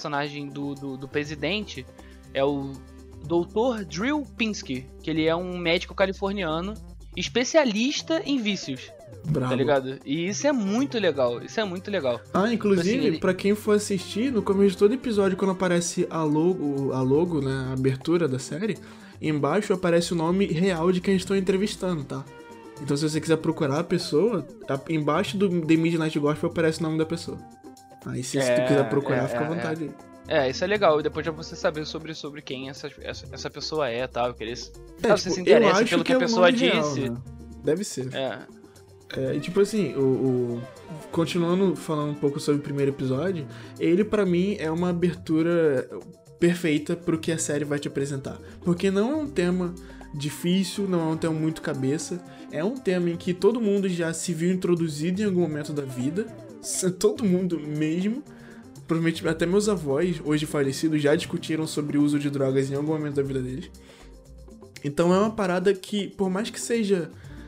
do presidente é o Dr. Drew Pinsky, que ele é um médico californiano especialista em vícios. Bravo. Tá ligado? E isso é muito legal. Inclusive, assim, pra quem for assistir, no começo de todo episódio, quando aparece a logo, né, a abertura da série, embaixo aparece o nome real de quem eles estão entrevistando, tá? Então se você quiser procurar a pessoa, embaixo do The Midnight Gospel aparece o nome da pessoa. Aí se tu quiser procurar, fica à vontade aí. Isso é legal. E depois já você saber sobre quem essa pessoa é, tal. Caso você se eu interesse acho pelo que é a o pessoa nome real, disse. né? Deve ser. E tipo assim, continuando falando um pouco sobre o primeiro episódio, ele pra mim é uma abertura perfeita pro que a série vai te apresentar. Porque não é um tema difícil, não é um tema muito cabeça, é um tema em que todo mundo já se viu introduzido em algum momento da vida, todo mundo mesmo, provavelmente até meus avós, hoje falecidos, já discutiram sobre o uso de drogas em algum momento da vida deles. Então é uma parada que, por mais que seja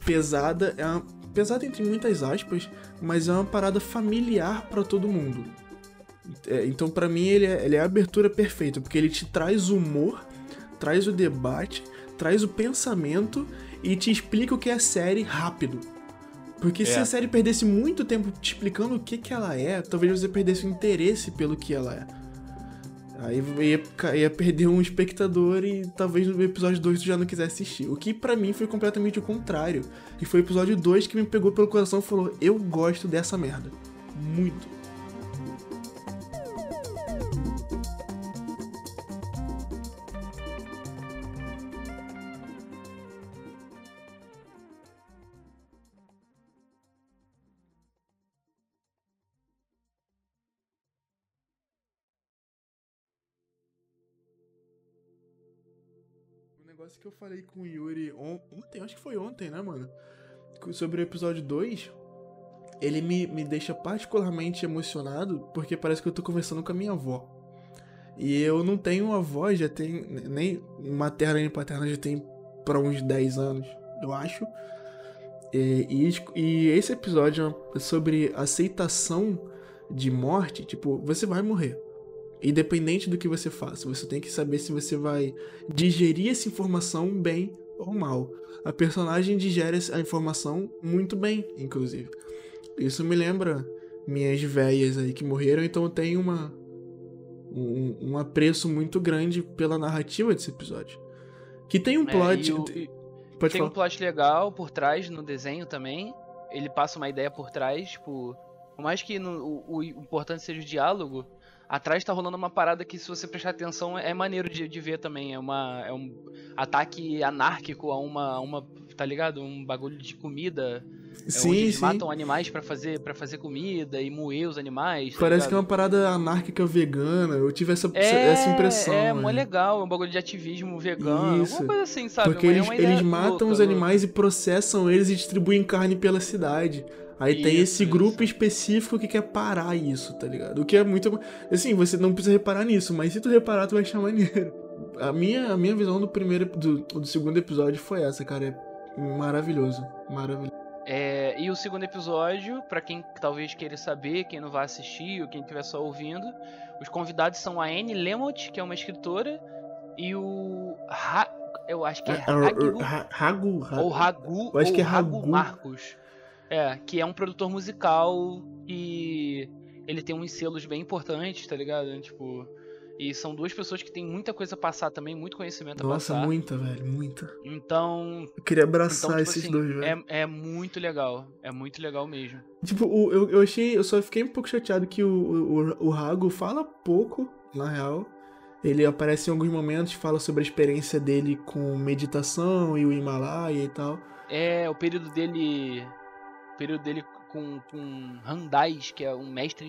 pesada, pesada entre muitas aspas, mas é uma parada familiar pra todo mundo. Então pra mim ele é a abertura perfeita, porque ele te traz humor, traz o debate, traz o pensamento e te explica o que é série rápido. Porque se a série perdesse muito tempo te explicando o que ela é, talvez você perdesse o interesse pelo que ela é. Aí ia perder um espectador e talvez no episódio 2 tu já não quisesse assistir. O que pra mim foi completamente o contrário. E foi o episódio 2 que me pegou pelo coração e falou: eu gosto dessa merda. Muito. Um negócio que eu falei com o Yuri ontem, acho que foi ontem, né, mano? Sobre o episódio 2, ele me deixa particularmente emocionado porque parece que eu tô conversando com a minha avó. E eu não tenho avó, já tem, nem materna nem paterna, já tem pra uns 10 anos, eu acho. E esse episódio é sobre aceitação de morte, tipo, você vai morrer. Independente do que você faça, você tem que saber se você vai digerir essa informação bem ou mal. A personagem digere a informação muito bem, inclusive. Isso me lembra minhas véias aí que morreram, então eu tenho um apreço muito grande pela narrativa desse episódio. Que tem um plot. Pode tem falar. um plot legal por trás no desenho também. Ele passa uma ideia por trás, tipo. Por mais que o importante seja o diálogo, atrás tá rolando uma parada que, se você prestar atenção, é maneiro de ver também. É um ataque anárquico a uma. Tá ligado? Um bagulho de comida. Sim, Onde eles sim. matam animais pra fazer comida e moer os animais. Tá Parece ligado? que é uma parada anárquica vegana. Eu tive essa impressão. É mó legal, é um bagulho de ativismo vegano, alguma Isso. coisa assim, sabe? Porque É uma eles ideia matam os animais e processam eles e distribuem carne pela cidade. Aí tem esse grupo específico que quer parar isso, tá ligado? O que é muito. Assim, você não precisa reparar nisso, mas se tu reparar, tu vai achar maneiro. A minha visão do segundo episódio foi essa, cara. É maravilhoso. Maravilhoso. E o segundo episódio, pra quem talvez queira saber, quem não vai assistir ou quem estiver só ouvindo, os convidados são a Anne Lemont, que é uma escritora, e o eu acho que é Ragu. ou Ragu, Eu acho que é Ragu Ragu. Marcos. Que é um produtor musical e ele tem uns selos bem importantes, tá ligado? Tipo, e são duas pessoas que têm muita coisa a passar também, muito conhecimento a passar. Nossa, muita, velho, muita. Então, eu queria abraçar tipo esses assim, dois, velho. é muito legal mesmo. Tipo, eu só fiquei um pouco chateado que o Rago fala pouco, na real. Ele aparece em alguns momentos, fala sobre a experiência dele com meditação e o Himalaia e tal. O período dele com Randais, que é um mestre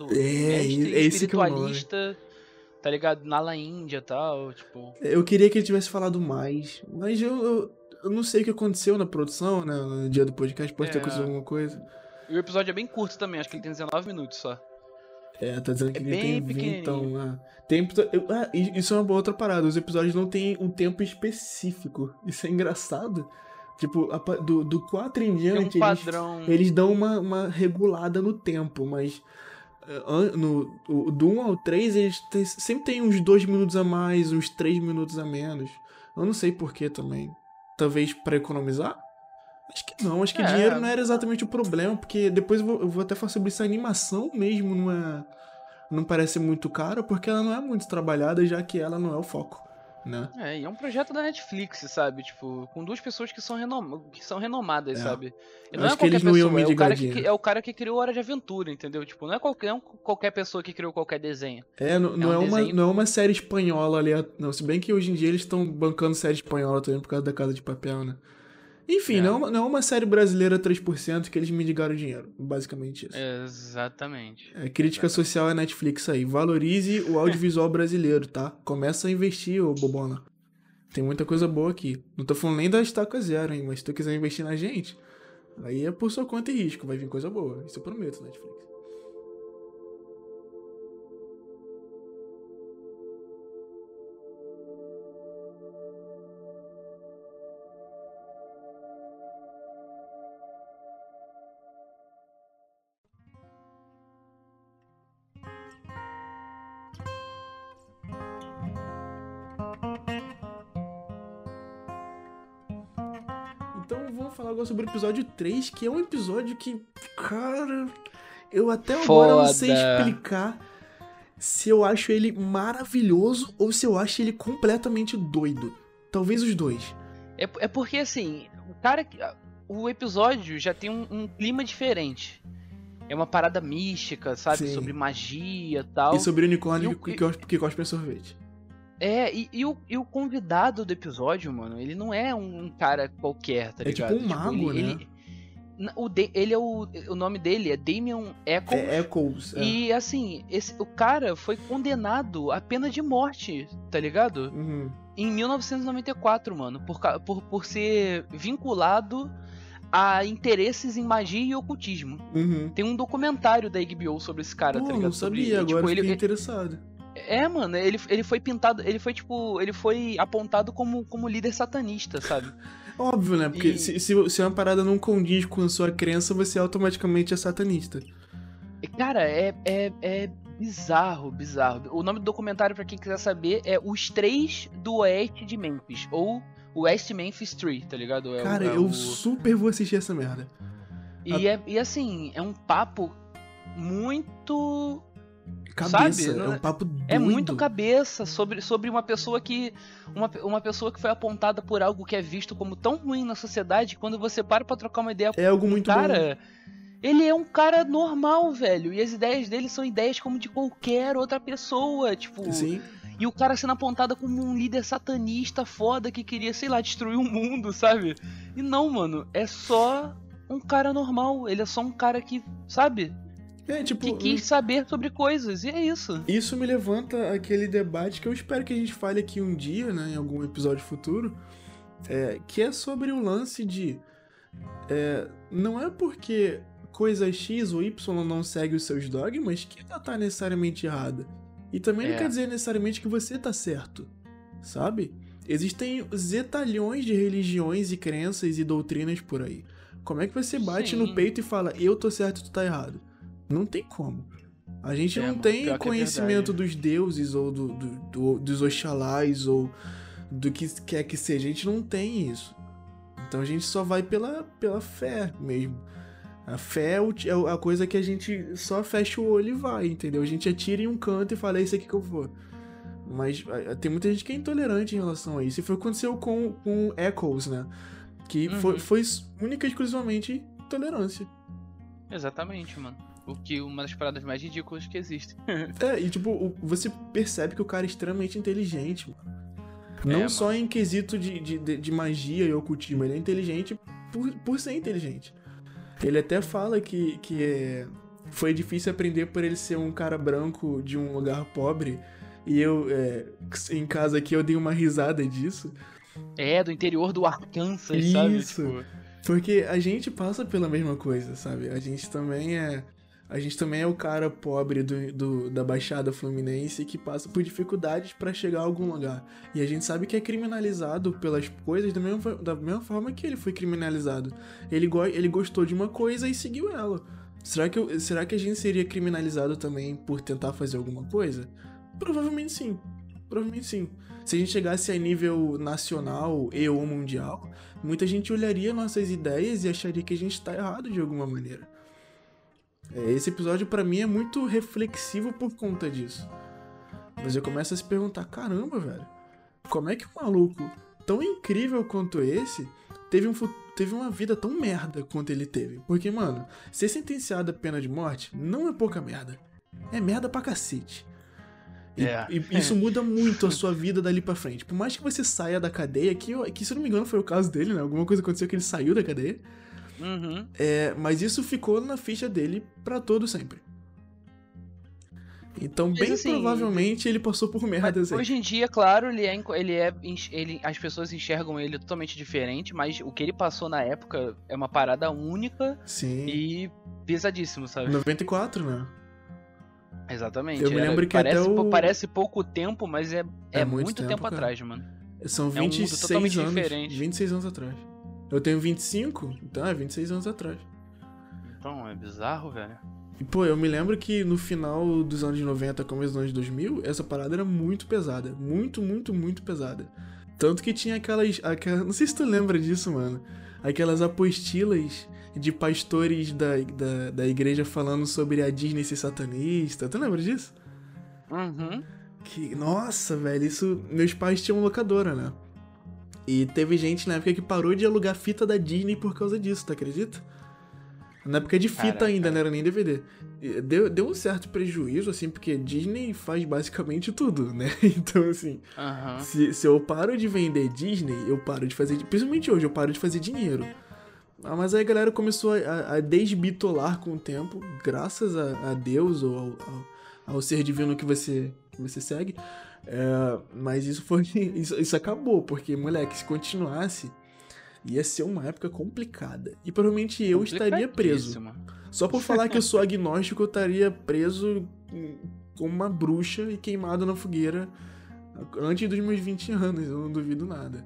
Esse que é o nome. espiritualista, tá ligado? Na Índia e tal, tipo. Eu queria que ele tivesse falado mais, mas eu não sei o que aconteceu na produção, né, no dia do podcast, pode ter acontecido alguma coisa. E o episódio é bem curto também, acho que ele tem 19 minutos só. Tá dizendo que ele tem 20, então... Isso é uma outra parada, os episódios não têm um tempo específico, isso é engraçado. Tipo, do 4 em diante, tem um padrão. Eles dão uma regulada no tempo, mas do 1 ao 3, sempre tem uns 2 minutos a mais, uns 3 minutos a menos. Eu não sei porquê também. Talvez pra economizar? Acho que não, acho que dinheiro não era exatamente o problema, porque depois eu vou até falar sobre isso, a animação mesmo não parece muito cara, porque ela não é muito trabalhada, já que ela não é o foco, né? E é um projeto da Netflix, sabe? Tipo, com duas pessoas que são renomadas, sabe? E não acho é que eles qualquer não iam pessoa, mendigar é o cara que criou Hora de Aventura, entendeu? Tipo, não é qualquer pessoa que criou qualquer desenho. Não é uma série espanhola ali, não, se bem que hoje em dia eles estão bancando série espanhola também por causa da Casa de Papel, né? Enfim, não é uma série brasileira 3% que eles mendigaram dinheiro. Basicamente isso. Exatamente. Crítica social é Netflix aí. Valorize o audiovisual brasileiro, tá? Começa a investir, ô bobona. Tem muita coisa boa aqui. Não tô falando nem da Estaca Zero, hein? Mas se tu quiser investir na gente, aí é por sua conta e risco. Vai vir coisa boa. Isso eu prometo, Netflix. vamos falar agora sobre o episódio 3, que é um episódio que, cara, eu até agora não sei explicar se eu acho ele maravilhoso ou se eu acho ele completamente doido. Talvez os dois. É porque, assim, o episódio já tem um clima diferente. É uma parada mística, sabe? Sim. Sobre magia e tal. E sobre unicórnio que cospe sorvete. E o convidado do episódio, mano, ele não é um cara qualquer, tá ligado? É tipo um mago, né? O nome dele é Damien Echols. Echols. E assim, o cara foi condenado à pena de morte, tá ligado? Uhum. Em 1994, mano, por ser vinculado a interesses em magia e ocultismo. Uhum. Tem um documentário da HBO sobre esse cara, tá ligado? Não sabia, agora fiquei interessado. Mano, ele foi pintado, ele foi apontado como líder satanista, sabe? Óbvio, né? Porque se uma parada não condiz com a sua crença, você automaticamente é satanista. Cara, é bizarro. O nome do documentário, pra quem quiser saber, é Os Três do Oeste de Memphis, ou West Memphis 3, tá ligado? Cara, eu super vou assistir essa merda. E assim, é um papo muito... Cabeça, sabe? é um papo doido. É muito cabeça sobre uma pessoa que... Uma pessoa que foi apontada por algo que é visto como tão ruim na sociedade, quando você para pra trocar uma ideia com algo muito cara... Bom. Ele é um cara normal, velho. E as ideias dele são ideias como de qualquer outra pessoa, tipo... Sim. E o cara sendo apontado como um líder satanista foda que queria, sei lá, destruir o mundo, sabe? E não, mano, é só um cara normal. Ele é só um cara que, sabe? Que quis saber sobre coisas, e é isso. Isso me levanta aquele debate que eu espero que a gente fale aqui um dia, né, em algum episódio futuro, que é sobre o lance de... não é porque coisa X ou Y não segue os seus dogmas que ela tá necessariamente errada. E também não quer dizer necessariamente que você tá certo, sabe? Existem zetalhões de religiões e crenças e doutrinas por aí. Como é que você bate no peito e fala, eu tô certo e tu tá errado? Não tem como. A gente não tem conhecimento dos deuses ou dos Oxalás ou do que quer que seja. A gente não tem isso. Então a gente só vai pela fé mesmo. A fé é a coisa que a gente só fecha o olho e vai, entendeu? A gente atira em um canto e fala, é isso aqui que eu vou. Mas tem muita gente que é intolerante em relação a isso. E foi o que aconteceu com Echols, né? Que foi única e exclusivamente intolerância. Exatamente, mano. O que uma das paradas mais ridículas que existe. E tipo, você percebe que o cara é extremamente inteligente, mano. Não só mano. Em quesito de magia e ocultismo, ele é inteligente por ser inteligente. Ele até fala que foi difícil aprender por ele ser um cara branco de um lugar pobre. E eu, em casa aqui, eu dei uma risada disso. Do interior do Arkansas, isso, sabe? Tipo... Porque a gente passa pela mesma coisa, sabe? A gente também é o cara pobre da Baixada Fluminense que passa por dificuldades pra chegar a algum lugar. E a gente sabe que é criminalizado pelas coisas da mesma forma que ele foi criminalizado. Ele gostou de uma coisa e seguiu ela. Será que a gente seria criminalizado também por tentar fazer alguma coisa? Provavelmente sim. Provavelmente sim. Se a gente chegasse a nível nacional e ou mundial, muita gente olharia nossas ideias e acharia que a gente tá errado de alguma maneira. Esse episódio pra mim é muito reflexivo por conta disso. Mas eu começo a se perguntar, caramba, velho, como é que um maluco tão incrível quanto esse teve uma vida tão merda quanto ele teve? Porque, mano, ser sentenciado a pena de morte não é pouca merda. É merda pra cacete. E isso muda muito a sua vida dali pra frente. Por mais que você saia da cadeia, que se eu não me engano foi o caso dele, né? Alguma coisa aconteceu que ele saiu da cadeia. Uhum. Mas isso ficou na ficha dele pra todo sempre. Então, mas, bem assim, provavelmente ele passou por merdas aí. Hoje em dia, claro, as pessoas enxergam ele totalmente diferente, mas o que ele passou na época é uma parada única. Sim. E pesadíssimo, sabe? 94, né? Exatamente. Eu me lembro que parece pouco tempo, mas é muito tempo atrás, mano. São 26 anos. Diferente. 26 anos atrás. Eu tenho 25, então é 26 anos atrás. Então, é bizarro, velho. E, pô, eu me lembro que no final dos anos 90, começo dos anos 2000, essa parada era muito pesada. Muito, muito, muito pesada. Tanto que tinha aquelas... Não sei se tu lembra disso, mano. aquelas apostilas de pastores da igreja falando sobre a Disney ser satanista. Tu lembra disso? Uhum. Que, nossa, velho, isso... Meus pais tinham locadora, né? E teve gente na época que parou de alugar fita da Disney por causa disso, tu acredita? Na época de fita Caraca. ainda, não era nem DVD. Deu um certo prejuízo, assim, porque Disney faz basicamente tudo, né? Então, assim, se eu paro de vender Disney, eu paro de fazer... Principalmente hoje, eu paro de fazer dinheiro. Mas aí a galera começou a desbitolar com o tempo, graças a Deus ou ao ser divino que você segue. Mas isso acabou, porque, moleque, se continuasse, ia ser uma época complicada. E provavelmente eu estaria preso. Só por falar que eu sou agnóstico, eu estaria preso como uma bruxa e queimado na fogueira antes dos meus 20 anos, eu não duvido nada.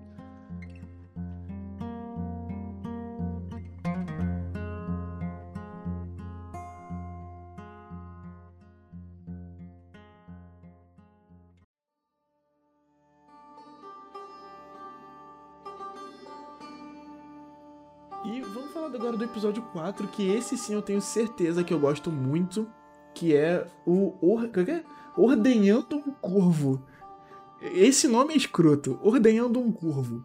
E vamos falar agora do episódio 4, que esse sim eu tenho certeza que eu gosto muito, que é Ordenhando um Corvo. Esse nome é escroto, Ordenhando um Corvo.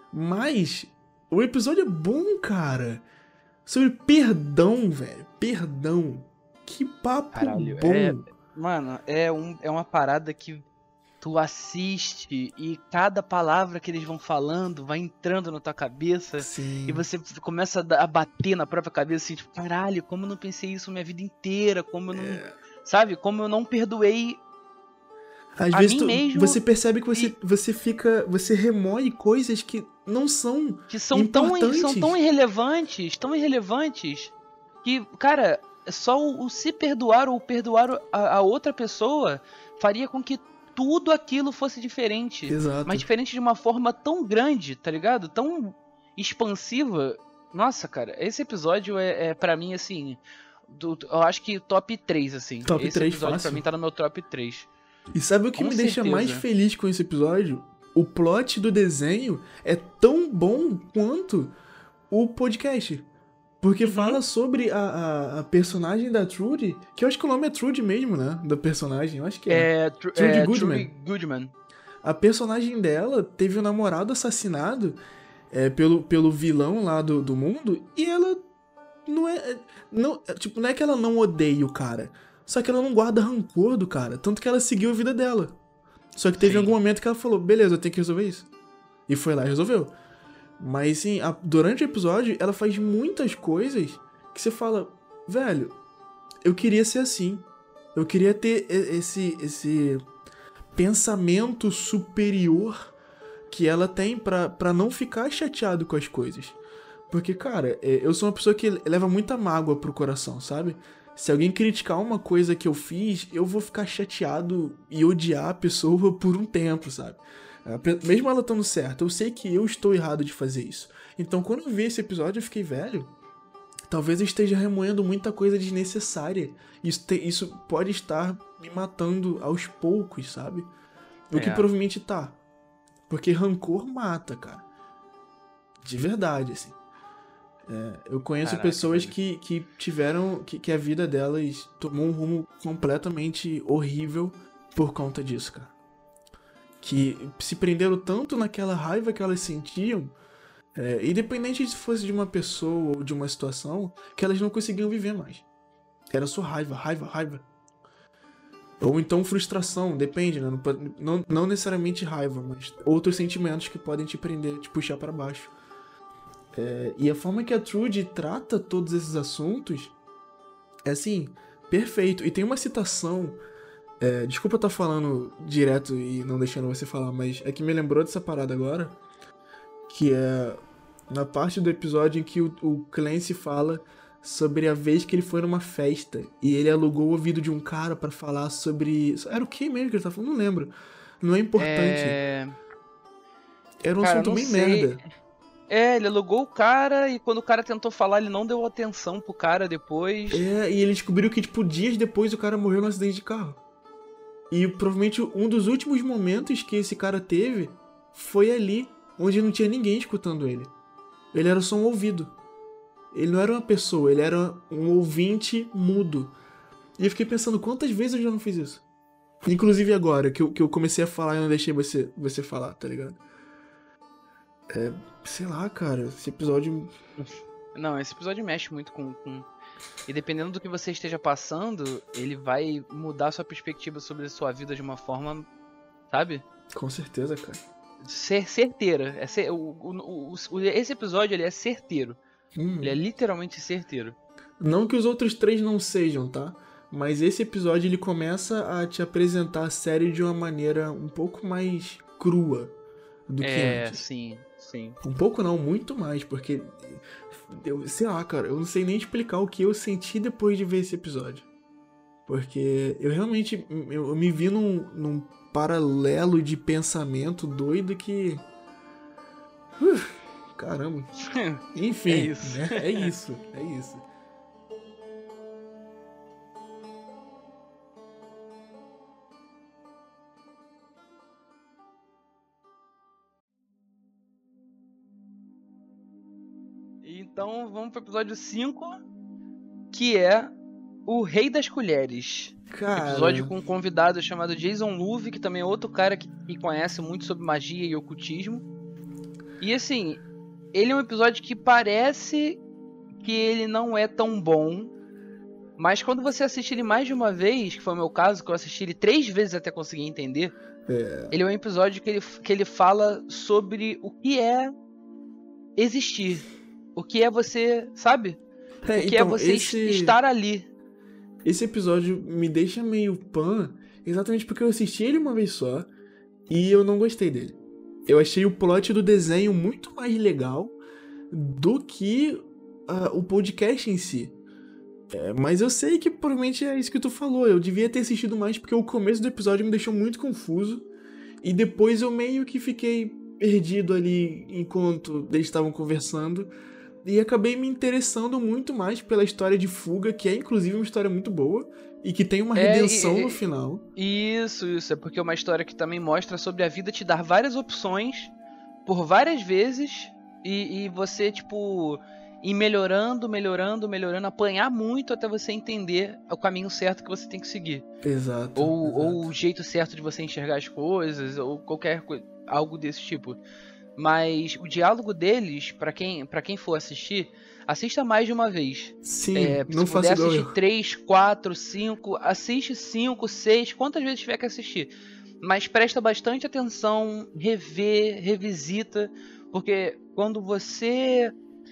Mas o episódio é bom, cara. Sobre perdão, velho. Perdão. Que papo Caralho, bom. Mano, é uma parada que tu assiste e cada palavra que eles vão falando vai entrando na tua cabeça. Sim. E você começa a bater na própria cabeça assim, tipo, caralho, como eu não pensei isso minha vida inteira, como eu não... Sabe? Como eu não perdoei às a vezes mim mesmo. Você percebe que você remoe coisas que não são que são importantes. tão irrelevantes que, cara, só o se perdoar ou perdoar a outra pessoa faria com que tudo aquilo fosse diferente. Exato. Mas diferente de uma forma tão grande, tá ligado? Tão expansiva. Nossa, cara, esse episódio é pra mim, assim... eu acho que top 3, assim. Top esse 3 episódio fácil. pra mim tá no meu top 3. E sabe o que Com me deixa certeza. mais feliz com esse episódio? O plot do desenho é tão bom quanto o podcast. Porque fala sobre a personagem da Trudy, que eu acho que o nome é Trudy mesmo, né? Da personagem, eu acho que é. Trudy Goodman. A personagem dela teve um namorado assassinado pelo vilão lá do mundo, e ela não é que ela não odeia o cara, só que ela não guarda rancor do cara, tanto que ela seguiu a vida dela. Só que teve algum momento que ela falou, beleza, eu tenho que resolver isso. E foi lá e resolveu. Mas sim, durante o episódio, ela faz muitas coisas que você fala, velho, eu queria ser assim. Eu queria ter esse pensamento superior que ela tem pra não ficar chateado com as coisas. Porque, cara, eu sou uma pessoa que leva muita mágoa pro coração, sabe? Se alguém criticar uma coisa que eu fiz, eu vou ficar chateado e odiar a pessoa por um tempo, sabe? Mesmo ela estando certa, eu sei que eu estou errado de fazer isso. Então, quando eu vi esse episódio, eu fiquei, velho, talvez eu esteja remoendo muita coisa desnecessária. Isso pode estar me matando aos poucos, sabe? O que provavelmente tá. Porque rancor mata, cara. De verdade, assim. Eu conheço pessoas que tiveram... Que a vida delas tomou um rumo completamente horrível por conta disso, cara. Que se prenderam tanto naquela raiva que elas sentiam, independente se fosse de uma pessoa ou de uma situação, que elas não conseguiam viver mais. Era só raiva. Ou então frustração, depende, né? Não necessariamente raiva, mas outros sentimentos que podem te prender, te puxar pra baixo. E a forma que a Trudy trata todos esses assuntos é assim, perfeito. E tem uma citação... desculpa eu estar falando direto e não deixando você falar, mas é que me lembrou dessa parada agora, que é na parte do episódio em que o Clancy fala sobre a vez que ele foi numa festa e ele alugou o ouvido de um cara pra falar sobre... Era o que mesmo que ele tava falando? Não lembro. Não é importante. Era um assunto bem merda. Ele alugou o cara e quando o cara tentou falar, ele não deu atenção pro cara depois. E ele descobriu que, tipo, dias depois o cara morreu num acidente de carro. E provavelmente um dos últimos momentos que esse cara teve foi ali, onde não tinha ninguém escutando ele. Ele era só um ouvido. Ele não era uma pessoa, ele era um ouvinte mudo. E eu fiquei pensando, quantas vezes eu já não fiz isso? Inclusive agora, que eu comecei a falar e não deixei você falar, tá ligado? Sei lá, cara, esse episódio... Não, esse episódio mexe muito com... E dependendo do que você esteja passando, ele vai mudar sua perspectiva sobre a sua vida de uma forma, sabe? Com certeza, cara. Certeira. Esse episódio, ele é certeiro. Ele é literalmente certeiro. Não que os outros 3 não sejam, tá? Mas esse episódio, ele começa a te apresentar a série de uma maneira um pouco mais crua do que antes. Sim. Um pouco não, muito mais, porque... sei lá, cara, eu não sei nem explicar o que eu senti depois de ver esse episódio. Porque eu realmente... Eu me vi num paralelo de pensamento doido que... caramba. Enfim, É isso. né? É isso. Então vamos pro episódio 5, que é o Rei das Colheres. Cara... Episódio com um convidado chamado Jason Luve, que também é outro cara que conhece muito sobre magia e ocultismo. E assim, ele é um episódio que parece que ele não é tão bom, mas quando você assiste ele mais de uma vez, que foi o meu caso, que eu assisti ele 3 vezes até conseguir entender, ele é um episódio que ele fala sobre o que é existir. O que é você, sabe? O que então, é você estar ali. Esse episódio me deixa meio pan, exatamente porque eu assisti ele uma vez só e eu não gostei dele. Eu achei o plot do desenho muito mais legal do que o podcast em si. Mas eu sei que provavelmente é isso que tu falou. Eu devia ter assistido mais porque o começo do episódio me deixou muito confuso. E depois eu meio que fiquei perdido ali enquanto eles estavam conversando. E acabei me interessando muito mais pela história de fuga, que é inclusive uma história muito boa. E que tem uma redenção no final. Isso. É porque é uma história que também mostra sobre a vida te dar várias opções por várias vezes. E você, tipo... ir melhorando, apanhar muito até você entender o caminho certo que você tem que seguir. Exato. Ou o jeito certo de você enxergar as coisas, ou qualquer coisa, algo desse tipo. Mas o diálogo deles, pra quem for assistir, assista mais de uma vez. Sim, não faça igual eu. Se puder assistir 3, 4, 5, assiste 5, 6, quantas vezes tiver que assistir. Mas presta bastante atenção, revisita, porque quando você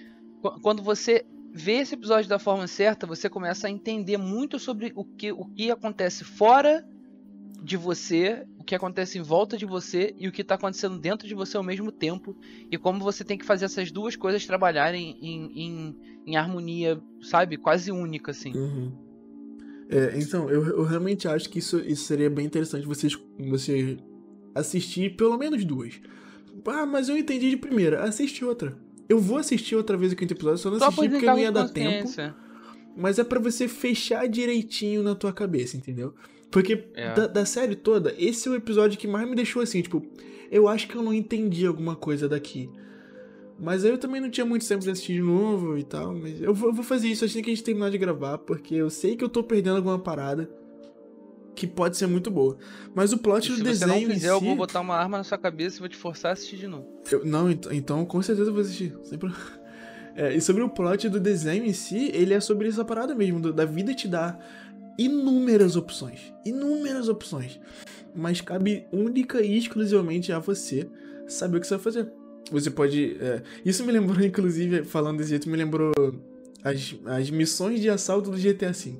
vê esse episódio da forma certa, você começa a entender muito sobre o que acontece fora de você, o que acontece em volta de você e o que está acontecendo dentro de você ao mesmo tempo, e como você tem que fazer essas duas coisas trabalharem em harmonia, sabe? Quase única, assim. Uhum. Então, eu realmente acho que isso seria bem interessante você assistir pelo menos 2. Mas eu entendi de primeira. Assiste outra. Eu vou assistir outra vez o 5º episódio, só não assisti porque não ia dar tempo. Mas é pra você fechar direitinho na tua cabeça, entendeu? Porque da série toda, esse é o episódio que mais me deixou assim, tipo... Eu acho que eu não entendi alguma coisa daqui. Mas aí eu também não tinha muito tempo de assistir de novo e tal. Mas eu vou fazer isso assim que a gente terminar de gravar, porque eu sei que eu tô perdendo alguma parada que pode ser muito boa. Mas o plot do desenho em si... Se você não fizer, eu vou botar uma arma na sua cabeça e vou te forçar a assistir de novo. Então com certeza eu vou assistir. Sempre... e sobre o plot do desenho em si, ele é sobre essa parada mesmo, da vida te dar inúmeras opções. Mas cabe única e exclusivamente a você saber o que você vai fazer. Você pode... Isso me lembrou, inclusive, falando desse jeito, me lembrou as missões de assalto do GTA V.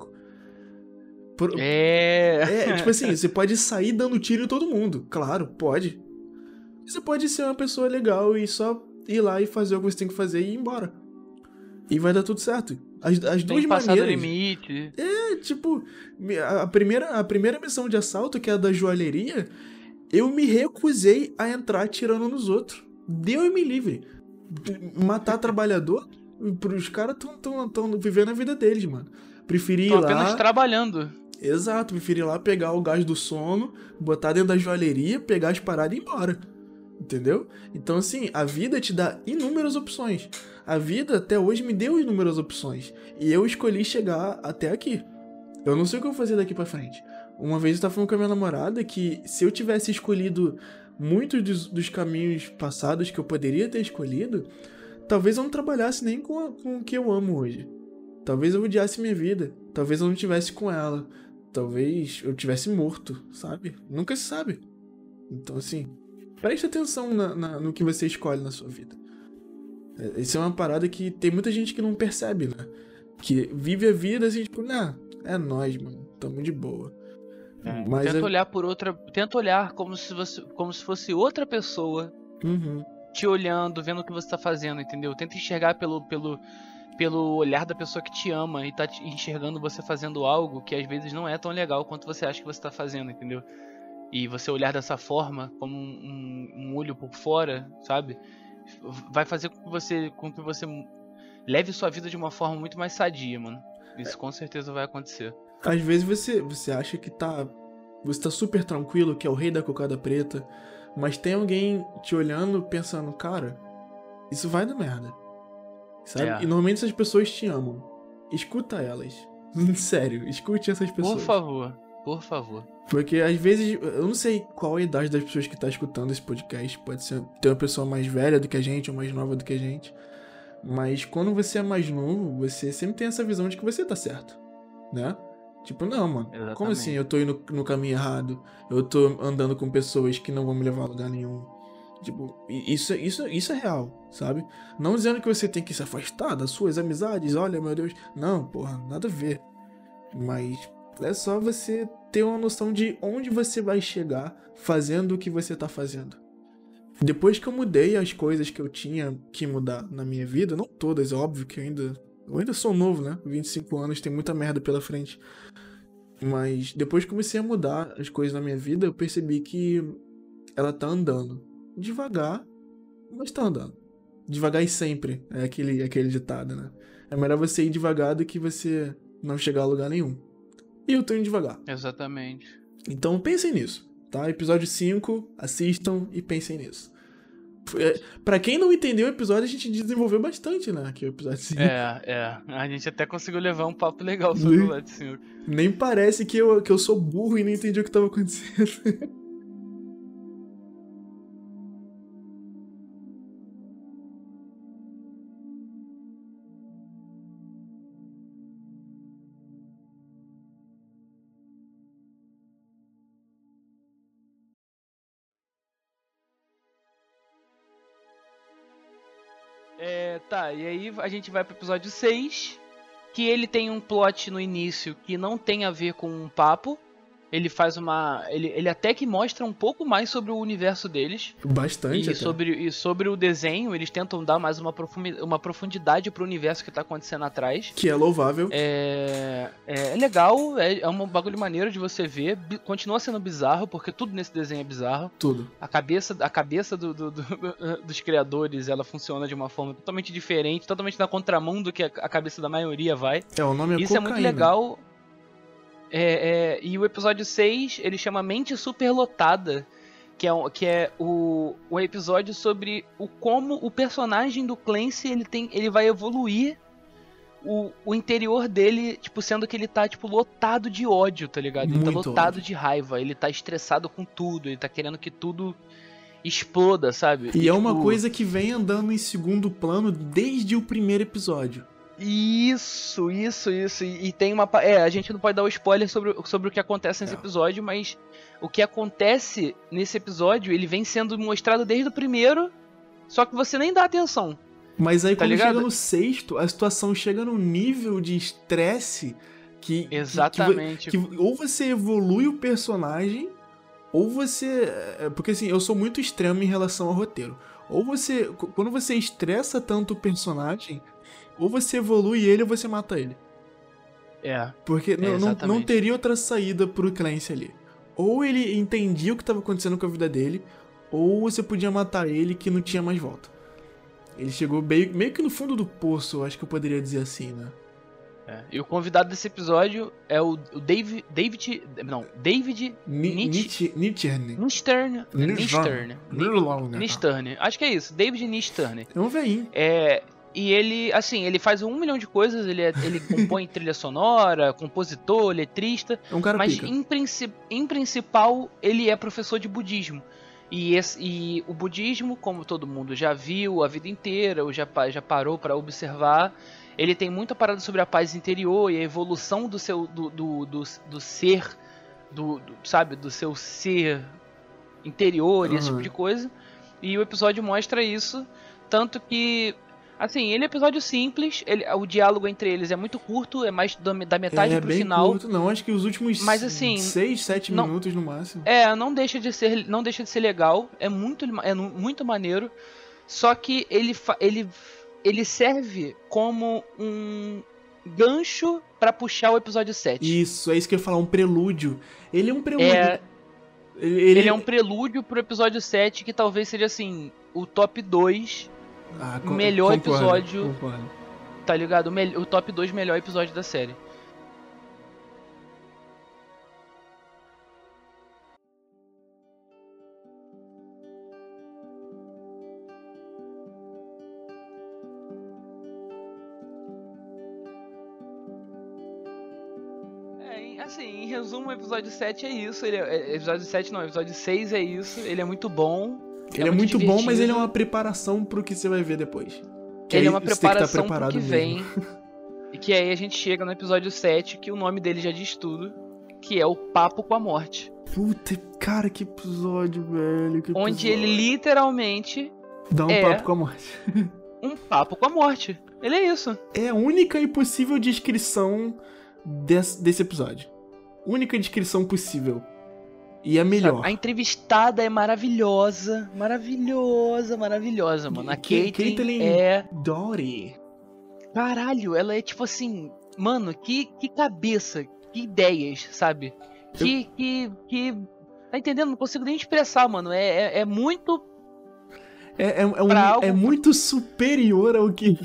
Tipo assim, você pode sair dando tiro em todo mundo. Claro, pode. Você pode ser uma pessoa legal e só ir lá e fazer o que você tem que fazer e ir embora. E vai dar tudo certo. As duas maneiras. Passar do limite. Tipo, a primeira missão de assalto, que é a da joalheria, eu me recusei a entrar atirando nos outros. Deus me livre. Matar trabalhador, os caras tão vivendo a vida deles, mano. Preferi ir lá... apenas trabalhando. Exato, preferi ir lá pegar o gás do sono, botar dentro da joalheria, pegar as paradas e ir embora. Entendeu? Então, assim, a vida te dá inúmeras opções. A vida, até hoje, me deu inúmeras opções. E eu escolhi chegar até aqui. Eu não sei o que eu vou fazer daqui pra frente. Uma vez eu tava falando com a minha namorada que se eu tivesse escolhido muitos dos caminhos passados que eu poderia ter escolhido, talvez eu não trabalhasse nem com o que eu amo hoje. Talvez eu odiasse minha vida. Talvez eu não estivesse com ela. Talvez eu tivesse morto, sabe? Nunca se sabe. Então, assim, preste atenção no que você escolhe na sua vida. Isso é uma parada que tem muita gente que não percebe, né? Que vive a vida assim, tipo, é nóis, mano, tamo de boa. Mas tenta olhar como se fosse outra pessoa te olhando, vendo o que você tá fazendo, entendeu? Tenta enxergar pelo olhar da pessoa que te ama e tá enxergando você fazendo algo que às vezes não é tão legal quanto você acha que você tá fazendo, entendeu? E você olhar dessa forma, como um olho por fora, sabe? Vai fazer com que você leve sua vida de uma forma muito mais sadia, mano. Isso com certeza vai acontecer. Às vezes você acha que você tá super tranquilo, que é o rei da cocada preta, mas tem alguém te olhando pensando, cara, isso vai dar merda. Sabe? E normalmente essas pessoas te amam. Escuta elas. Sério, escute essas pessoas. Por favor. Porque às vezes, eu não sei qual a idade das pessoas que tá escutando esse podcast. Pode ser ter uma pessoa mais velha do que a gente ou mais nova do que a gente. Mas quando você é mais novo, você sempre tem essa visão de que você tá certo, né? Tipo, não, mano. Exatamente. Como assim eu tô indo no caminho errado? Eu tô andando com pessoas que não vão me levar a lugar nenhum. Tipo, isso é real, sabe? Não dizendo que você tem que se afastar das suas amizades, olha, meu Deus. Não, porra, nada a ver. Mas é só você ter uma noção de onde você vai chegar fazendo o que você tá fazendo. Depois que eu mudei as coisas que eu tinha que mudar na minha vida, não todas, é óbvio que eu ainda sou novo, né? 25 anos, tem muita merda pela frente. Mas depois que comecei a mudar as coisas na minha vida, eu percebi que ela tá andando. Devagar, mas tá andando. Devagar e sempre, é aquele ditado, né? É melhor você ir devagar do que você não chegar a lugar nenhum. E eu tô indo devagar. Exatamente. Então pensem nisso, tá? Episódio 5, assistam e pensem nisso. Pra quem não entendeu o episódio, a gente desenvolveu bastante, né? Aqui o episódio 5. A gente até conseguiu levar um papo legal sobre o episódio 5. Nem parece que eu sou burro e não entendi o que tava acontecendo. E aí a gente vai pro episódio 6, que ele tem um plot no início que não tem a ver com um papo. Ele faz ele até que mostra um pouco mais sobre o universo deles. Bastante, e sobre o desenho, eles tentam dar mais uma profundidade pro universo que tá acontecendo atrás. Que é louvável. É legal, é um bagulho maneiro de você ver. Continua sendo bizarro, porque tudo nesse desenho é bizarro. Tudo. A cabeça dos criadores, ela funciona de uma forma totalmente diferente, totalmente na contramão do que a cabeça da maioria vai. O nome é Isso cocaína. É muito legal. E o episódio 6, ele chama Mente Superlotada, que é o episódio sobre como o personagem do Clancy, ele vai evoluir o interior dele, tipo, sendo que ele tá, tipo, lotado de ódio, tá ligado? Ele tá lotado de raiva, ele tá estressado com tudo, ele tá querendo que tudo exploda, sabe? E é uma coisa que vem andando em segundo plano desde o primeiro episódio. Isso. E tem uma... a gente não pode dar o spoiler sobre o que acontece nesse episódio, mas o que acontece nesse episódio, ele vem sendo mostrado desde o primeiro, só que você nem dá atenção. Mas aí quando chega no sexto, a situação chega num nível de estresse que... Exatamente. Que ou você evolui o personagem, ou você... Porque assim, eu sou muito extremo em relação ao roteiro. Ou você... Quando você estressa tanto o personagem... Ou você evolui ele ou você mata ele. Porque não teria outra saída pro Clancy ali. Ou ele entendia o que estava acontecendo com a vida dele, ou você podia matar ele que não tinha mais volta. Ele chegou meio que no fundo do poço, acho que eu poderia dizer assim, né? E o convidado desse episódio é o David Nichtern. Nistern. Acho que é isso, David Nistern. É um veinho. E ele, assim, ele faz 1 milhão de coisas, ele compõe trilha sonora, compositor, letrista, É um cara mas pica. em principal ele é professor de budismo. E o budismo, como todo mundo já viu a vida inteira, ou já parou para observar, ele tem muita parada sobre a paz interior e a evolução do seu do ser, sabe, do seu ser interior e esse tipo de coisa. E o episódio mostra isso, tanto que, assim, ele é um episódio simples, o diálogo entre eles é muito curto, é mais da metade pro bem final. Curto, não, acho que os últimos mas, assim, 6, 7 minutos no máximo. Não deixa de ser legal, é muito maneiro, só que ele serve como um gancho pra puxar o episódio 7. Isso, é isso que eu ia falar, um prelúdio. Ele é um prelúdio. Ele é um prelúdio pro episódio 7, que talvez seja, assim, o top 2 melhor episódio. Concordo. Tá ligado? O top 2 melhor episódio da série. Assim, em resumo, o episódio 7 é isso. Episódio 7 não, episódio 6 é isso. Ele é muito bom. Ele é muito bom, mas ele é uma preparação pro que você vai ver depois. Ele é uma preparação pro que vem. E que aí a gente chega no episódio 7, que o nome dele já diz tudo, que é o Papo com a Morte. Puta, cara, que episódio, velho. Onde ele literalmente dá um papo com a morte. Um papo com a morte. Ele é isso. É a única e possível descrição desse episódio. Única descrição possível. E a melhor. A entrevistada é maravilhosa. Maravilhosa, mano. A Caitlyn é... Dory. Caralho, ela é tipo assim... Mano, que cabeça, que ideias, sabe? Que... Tá entendendo? Não consigo nem expressar, mano. É muito... É muito superior ao que...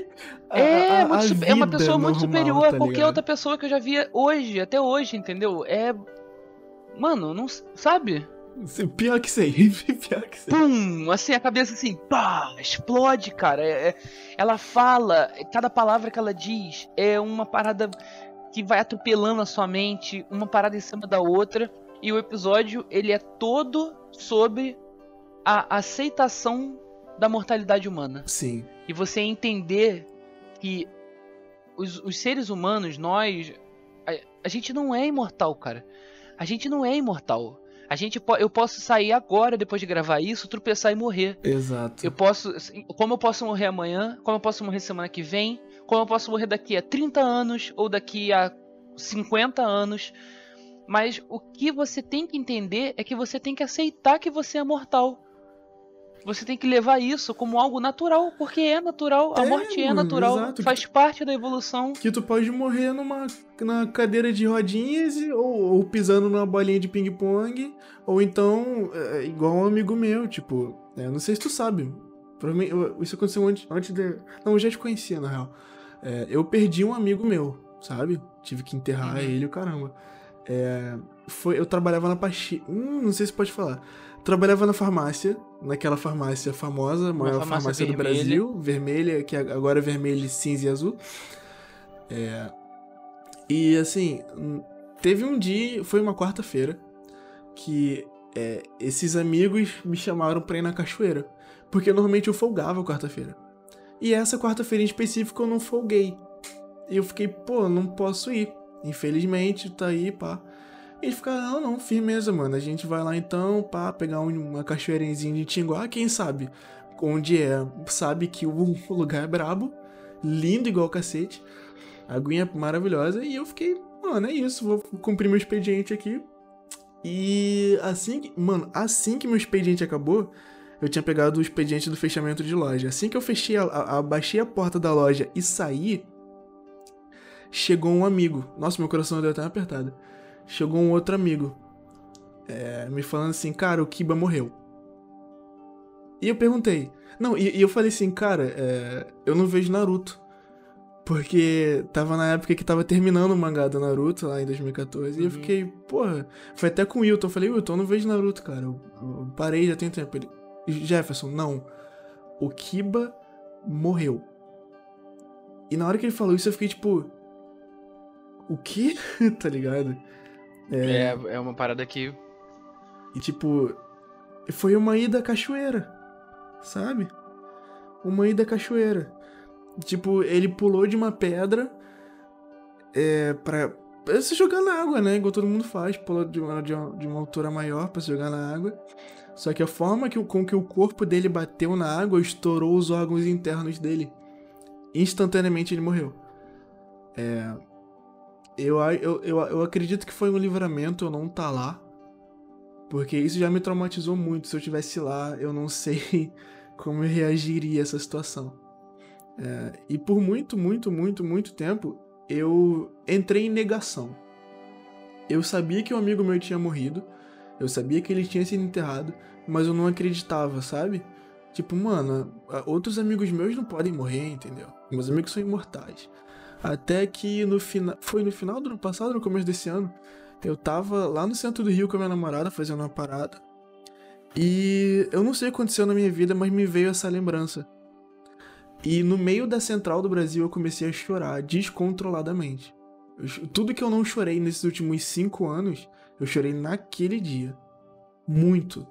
É uma pessoa muito superior tá a qualquer outra pessoa que eu já via até hoje, entendeu? Mano, não sabe? Pior que sei. Pum! Assim, a cabeça assim, pá! Explode, cara. Ela fala, cada palavra que ela diz é uma parada que vai atropelando a sua mente, uma parada em cima da outra. E o episódio, ele é todo sobre a aceitação da mortalidade humana. Sim. E você entender que os seres humanos, nós... A gente não é imortal, cara. A gente não é imortal. Eu posso sair agora, depois de gravar isso, tropeçar e morrer. Exato. Como eu posso morrer amanhã, como eu posso morrer semana que vem, como eu posso morrer daqui a 30 anos, ou daqui a 50 anos. Mas o que você tem que entender é que você tem que aceitar que você é mortal. Você tem que levar isso como algo natural, porque é natural, a morte é natural, exato. Faz parte da evolução. Que tu pode morrer na cadeira de rodinhas ou pisando numa bolinha de ping-pong, ou então, igual um amigo meu, tipo, não sei se tu sabe, provavelmente isso aconteceu antes de... Não, eu já te conhecia, na real. Eu perdi um amigo meu, sabe? Tive que enterrar ele, o caramba. Eu trabalhava na pastilha, não sei se pode falar. Trabalhava na farmácia, naquela farmácia famosa, a maior farmácia do Brasil, vermelha, que agora é vermelha, cinza e azul. E assim, teve um dia, foi uma quarta-feira, que esses amigos me chamaram pra ir na cachoeira. Porque normalmente eu folgava quarta-feira. E essa quarta-feira em específico eu não folguei. E eu fiquei, não posso ir. Infelizmente, tá aí, pá. E eles ficaram, não, firmeza, mano. A gente vai lá então, pá, pegar uma cachoeirinha de Tinguá, quem sabe? Onde sabe que o lugar é brabo, lindo igual cacete, aguinha maravilhosa. E eu fiquei, mano, é isso, vou cumprir meu expediente aqui. E assim que meu expediente acabou, eu tinha pegado o expediente do fechamento de loja. Assim que eu fechei, abaixei a porta da loja e saí, chegou um amigo. Nossa, meu coração deu até uma apertada. Chegou um outro amigo, me falando assim, cara, o Kiba morreu. E eu perguntei, e eu falei assim, cara, eu não vejo Naruto. Porque tava na época que tava terminando o mangá do Naruto, lá em 2014, e eu fiquei, porra, foi até com o Wilton, eu falei, Wilton, eu não vejo Naruto, cara, eu parei já tem tempo. Ele, Jefferson, não, o Kiba morreu. E na hora que ele falou isso, eu fiquei tipo, o quê? Tá ligado? É uma parada que... E tipo, foi uma ida à cachoeira, sabe? Uma ida à cachoeira. Tipo, ele pulou de uma pedra pra se jogar na água, né? Igual todo mundo faz, pula de uma altura maior pra se jogar na água. Só que a forma com que o corpo dele bateu na água estourou os órgãos internos dele. Instantaneamente ele morreu. Eu acredito que foi um livramento eu não tá lá. Porque isso já me traumatizou muito. Se eu estivesse lá, eu não sei como eu reagiria a essa situação. E por muito, muito, muito, muito tempo, eu entrei em negação. Eu sabia que um amigo meu tinha morrido, eu sabia que ele tinha sido enterrado, mas eu não acreditava, sabe? Tipo, mano, outros amigos meus não podem morrer, entendeu? Meus amigos são imortais. Até que foi no final do ano passado, no começo desse ano, eu tava lá no centro do Rio com a minha namorada fazendo uma parada. E eu não sei o que aconteceu na minha vida, mas me veio essa lembrança. E no meio da Central do Brasil eu comecei a chorar descontroladamente. Tudo que eu não chorei nesses últimos 5 anos, eu chorei naquele dia. Muito.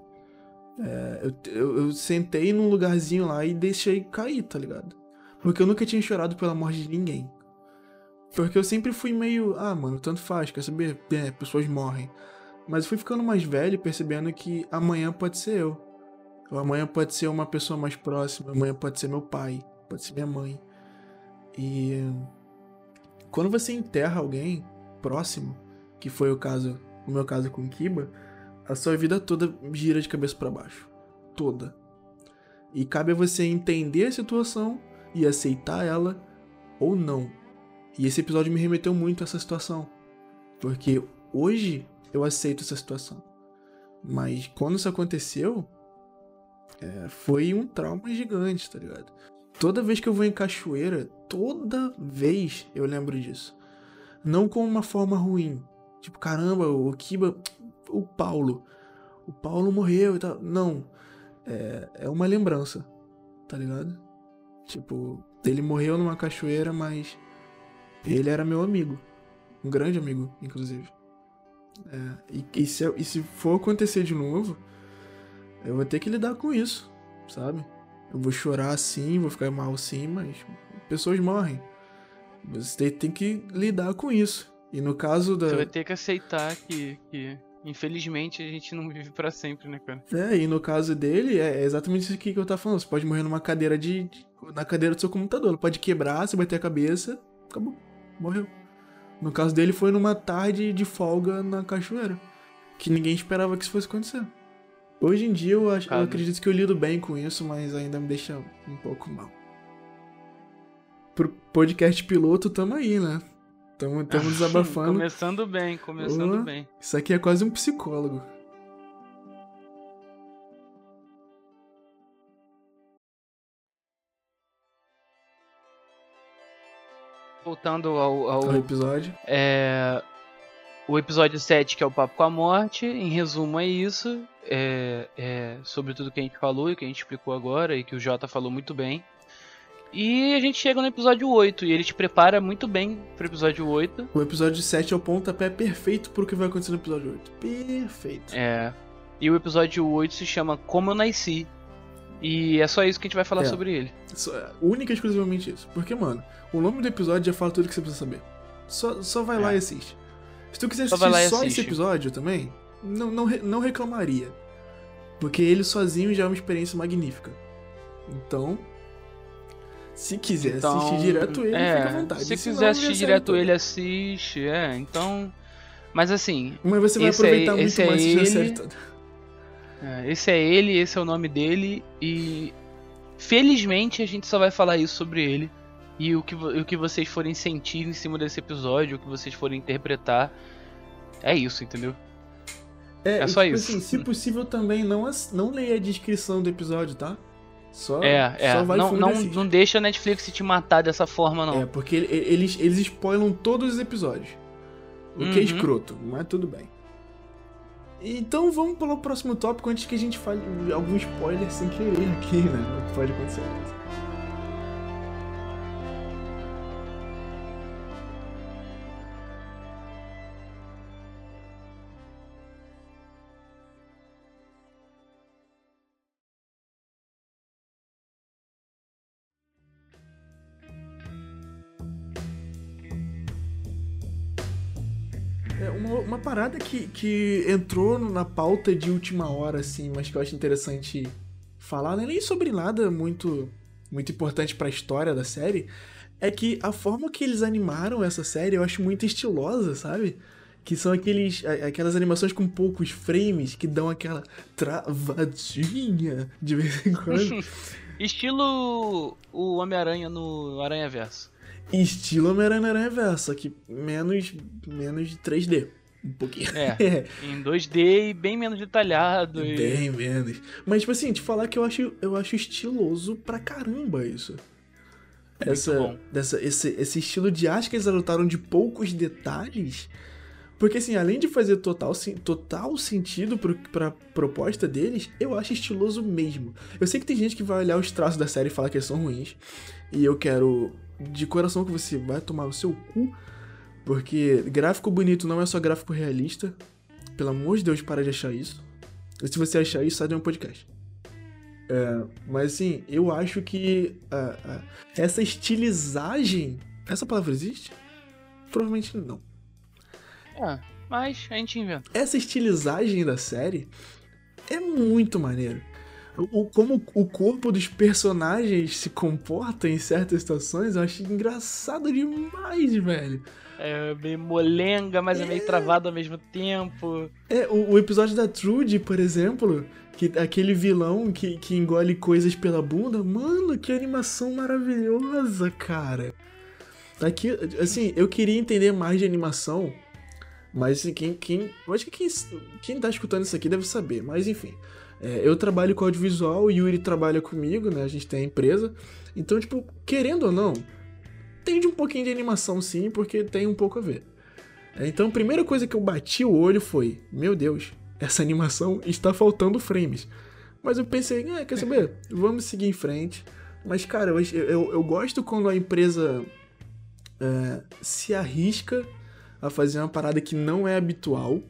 Eu sentei num lugarzinho lá e deixei cair, tá ligado? Porque eu nunca tinha chorado pela morte de ninguém. Porque eu sempre fui meio, mano, tanto faz, quer saber? Pessoas morrem. Mas eu fui ficando mais velho, percebendo que amanhã pode ser eu. Ou amanhã pode ser uma pessoa mais próxima, amanhã pode ser meu pai, pode ser minha mãe. E quando você enterra alguém próximo, que foi o meu caso com o Kiba, a sua vida toda gira de cabeça pra baixo. Toda. E cabe a você entender a situação e aceitar ela ou não. E esse episódio me remeteu muito a essa situação. Porque hoje eu aceito essa situação. Mas quando isso aconteceu, foi um trauma gigante, tá ligado? Toda vez que eu vou em cachoeira, toda vez eu lembro disso. Não com uma forma ruim. Tipo, caramba, o Kiba... O Paulo morreu e tal. Não. É uma lembrança, tá ligado? Tipo, ele morreu numa cachoeira, mas ele era meu amigo. Um grande amigo, inclusive. E se for acontecer de novo, eu vou ter que lidar com isso, sabe? Eu vou chorar sim, vou ficar mal sim, mas pessoas morrem. Você tem que lidar com isso. E no caso da... Você vai ter que aceitar que infelizmente a gente não vive pra sempre, né, cara? E no caso dele, é exatamente isso aqui que eu tava falando. Você pode morrer numa cadeira na cadeira do seu computador. Ela pode quebrar, você bater a cabeça, acabou, morreu. No caso dele foi numa tarde de folga na cachoeira, que ninguém esperava que isso fosse acontecer. Hoje em dia eu acredito que eu lido bem com isso, mas ainda me deixa um pouco mal. Pro podcast piloto, tamo aí, né? Tamo desabafando. Começando bem. Isso aqui é quase um psicólogo. Voltando ao episódio. O episódio 7, que é o Papo com a Morte. Em resumo, é isso. Sobre tudo que a gente falou e que a gente explicou agora e que o Jota falou muito bem. E a gente chega no episódio 8 e ele te prepara muito bem pro episódio 8. O episódio 7 é o pontapé perfeito pro que vai acontecer no episódio 8. Perfeito. E o episódio 8 se chama Como Eu Nasci. E é só isso que a gente vai falar sobre ele. Única e exclusivamente isso. Porque, mano, o nome do episódio já fala tudo que você precisa saber. Só vai lá e assiste. Se tu quiser assistir só esse episódio também, não reclamaria. Porque ele sozinho já é uma experiência magnífica. Então, se quiser assistir direto ele, fica à vontade. Se quiser assistir direto ele, assiste. Então... Mas assim... Mas você vai aproveitar muito mais assistir a série toda. Esse é ele, esse é o nome dele. E felizmente a gente só vai falar isso sobre ele. E o que vocês forem sentir em cima desse episódio, o que vocês forem interpretar, é isso, entendeu? É só isso. Assim, se possível também não leia a descrição do episódio, tá? Só vai não, fundo e não, assiste. não deixa a Netflix te matar dessa forma, não. Porque eles spoilam todos os episódios. O que é escroto, mas tudo bem. Então vamos para o próximo tópico antes que a gente fale algum spoiler sem querer aqui, né? Pode acontecer. Uma parada que entrou na pauta de última hora, assim, mas que eu acho interessante falar, não é nem sobre nada muito importante pra história da série, é que a forma que eles animaram essa série eu acho muito estilosa, sabe? Que são aquelas animações com poucos frames que dão aquela travadinha de vez em quando. Estilo o Homem-Aranha no Aranha-Verso. Estilo Homem-Aranha Reverso, só que menos de 3D. Um pouquinho. Em 2D e bem menos detalhado. Bem menos. Mas, tipo assim, te falar que eu acho estiloso pra caramba isso. Esse estilo de arte que eles adotaram de poucos detalhes. Porque, assim, além de fazer total sentido pra proposta deles, eu acho estiloso mesmo. Eu sei que tem gente que vai olhar os traços da série e falar que eles são ruins. E eu quero, de coração, que você vai tomar o seu cu. Porque gráfico bonito não é só gráfico realista. Pelo amor de Deus, para de achar isso. E se você achar isso, sai de um podcast. Mas, assim, eu acho que essa estilizagem... Essa palavra existe? Provavelmente não. Mas a gente inventa. Essa estilizagem da série é muito maneiro. Como o corpo dos personagens se comporta em certas situações, eu acho engraçado demais, velho. É meio molenga, mas é meio travado ao mesmo tempo. O episódio da Trudy, por exemplo, aquele vilão que engole coisas pela bunda, mano, que animação maravilhosa, cara. Aqui, assim, eu queria entender mais de animação, mas assim, eu acho que quem tá escutando isso aqui deve saber, mas enfim. Eu trabalho com audiovisual, o Yuri trabalha comigo, né? A gente tem a empresa. Então, tipo, querendo ou não, tem de um pouquinho de animação sim, porque tem um pouco a ver. Então, a primeira coisa que eu bati o olho foi, meu Deus, essa animação está faltando frames. Mas eu pensei, quer saber? Vamos seguir em frente. Mas, cara, eu gosto quando a empresa se arrisca a fazer uma parada que não é habitual.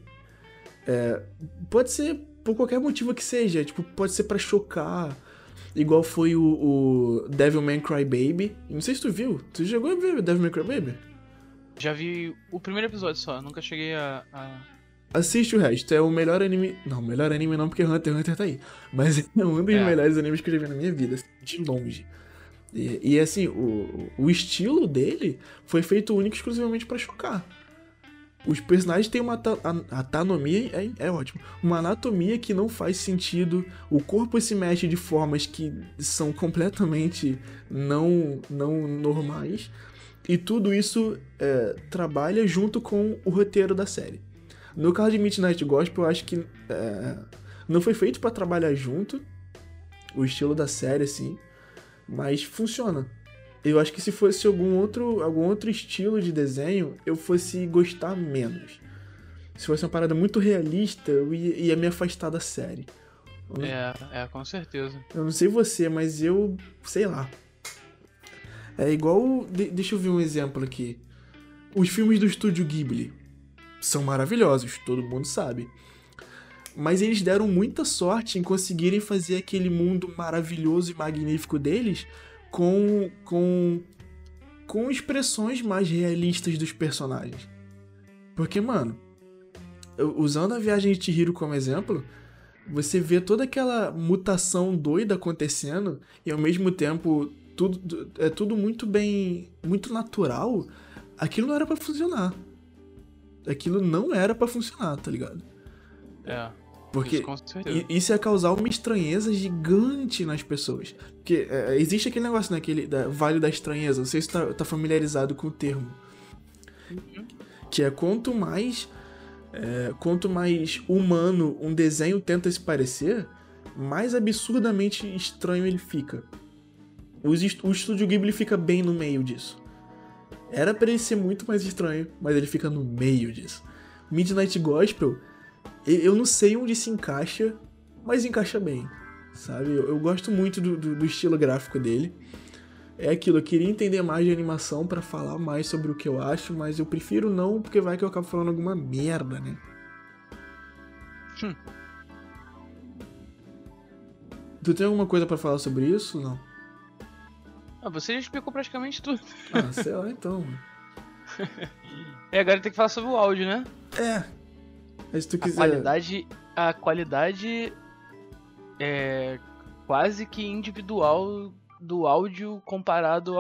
Pode ser por qualquer motivo que seja, tipo, pode ser pra chocar, igual foi o Devilman Crybaby. Não sei se tu viu, tu chegou a ver o Devilman Crybaby? Já vi o primeiro episódio só, nunca cheguei a... Assiste o resto, é o melhor anime... Não, melhor anime não, porque Hunter x Hunter tá aí. Mas é um dos melhores animes que eu já vi na minha vida, de longe. E assim, o estilo dele foi feito único e exclusivamente pra chocar. Os personagens têm uma anatomia, é ótimo, uma anatomia que não faz sentido, o corpo se mexe de formas que são completamente não normais, e tudo isso trabalha junto com o roteiro da série. No caso de Midnight Gospel, eu acho que não foi feito pra trabalhar junto, o estilo da série, assim, mas funciona. Eu acho que se fosse algum outro estilo de desenho, eu fosse gostar menos. Se fosse uma parada muito realista, eu ia me afastar da série. Com certeza. Eu não sei você, mas eu... sei lá. É igual... Deixa eu ver um exemplo aqui. Os filmes do estúdio Ghibli são maravilhosos, todo mundo sabe. Mas eles deram muita sorte em conseguirem fazer aquele mundo maravilhoso e magnífico deles com expressões mais realistas dos personagens. Porque, mano, usando a Viagem de Chihiro como exemplo, você vê toda aquela mutação doida acontecendo e ao mesmo tempo tudo muito bem, muito natural. Aquilo não era pra funcionar. Aquilo não era pra funcionar, tá ligado? Porque isso ia causar uma estranheza gigante nas pessoas. Porque existe aquele negócio, né? Vale da estranheza. Não sei se tá familiarizado com o termo. Que é quanto mais humano um desenho tenta se parecer, mais absurdamente estranho ele fica. O Estúdio Ghibli fica bem no meio disso. Era pra ele ser muito mais estranho, mas ele fica no meio disso. Midnight Gospel, eu não sei onde se encaixa, mas encaixa bem, sabe? Eu gosto muito do estilo gráfico dele. É aquilo, eu queria entender mais de animação pra falar mais sobre o que eu acho, mas eu prefiro não, porque vai que eu acabo falando alguma merda, né? Tu tem alguma coisa pra falar sobre isso ou não? Você já explicou praticamente tudo. Sei lá então, mano. Agora tem que falar sobre o áudio, né? Mas se tu quiser... A qualidade é quase que individual do áudio comparado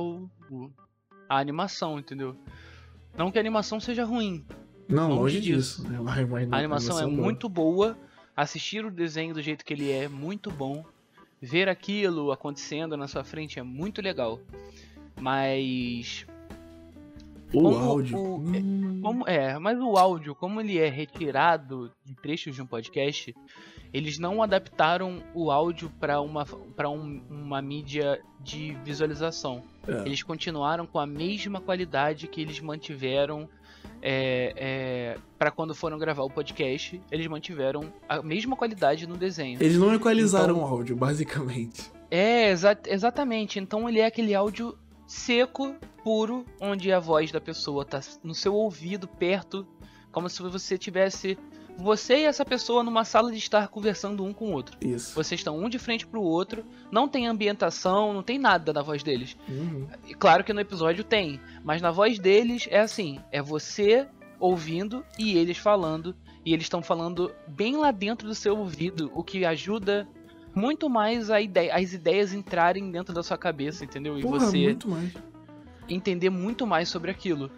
à animação, entendeu? Não que a animação seja ruim. Não, longe disso. A animação é muito boa. Assistir o desenho do jeito que ele é muito bom. Ver aquilo acontecendo na sua frente é muito legal. Mas... áudio. Mas o áudio, como ele é retirado de trechos de um podcast, eles não adaptaram o áudio para uma mídia de visualização. Eles continuaram com a mesma qualidade que eles mantiveram para quando foram gravar o podcast. Eles mantiveram a mesma qualidade no desenho. Eles não equalizaram o áudio, basicamente. Exatamente. Então ele é aquele áudio seco, puro, onde a voz da pessoa tá no seu ouvido, perto, como se você tivesse... Você e essa pessoa numa sala de estar conversando um com o outro. Isso. Vocês estão um de frente pro outro, não tem ambientação, não tem nada na voz deles. E claro que no episódio tem, mas na voz deles é assim, é você ouvindo e eles falando, e eles estão falando bem lá dentro do seu ouvido, o que ajuda muito mais as ideias entrarem dentro da sua cabeça, entendeu? E você muito mais. Entender muito mais sobre aquilo.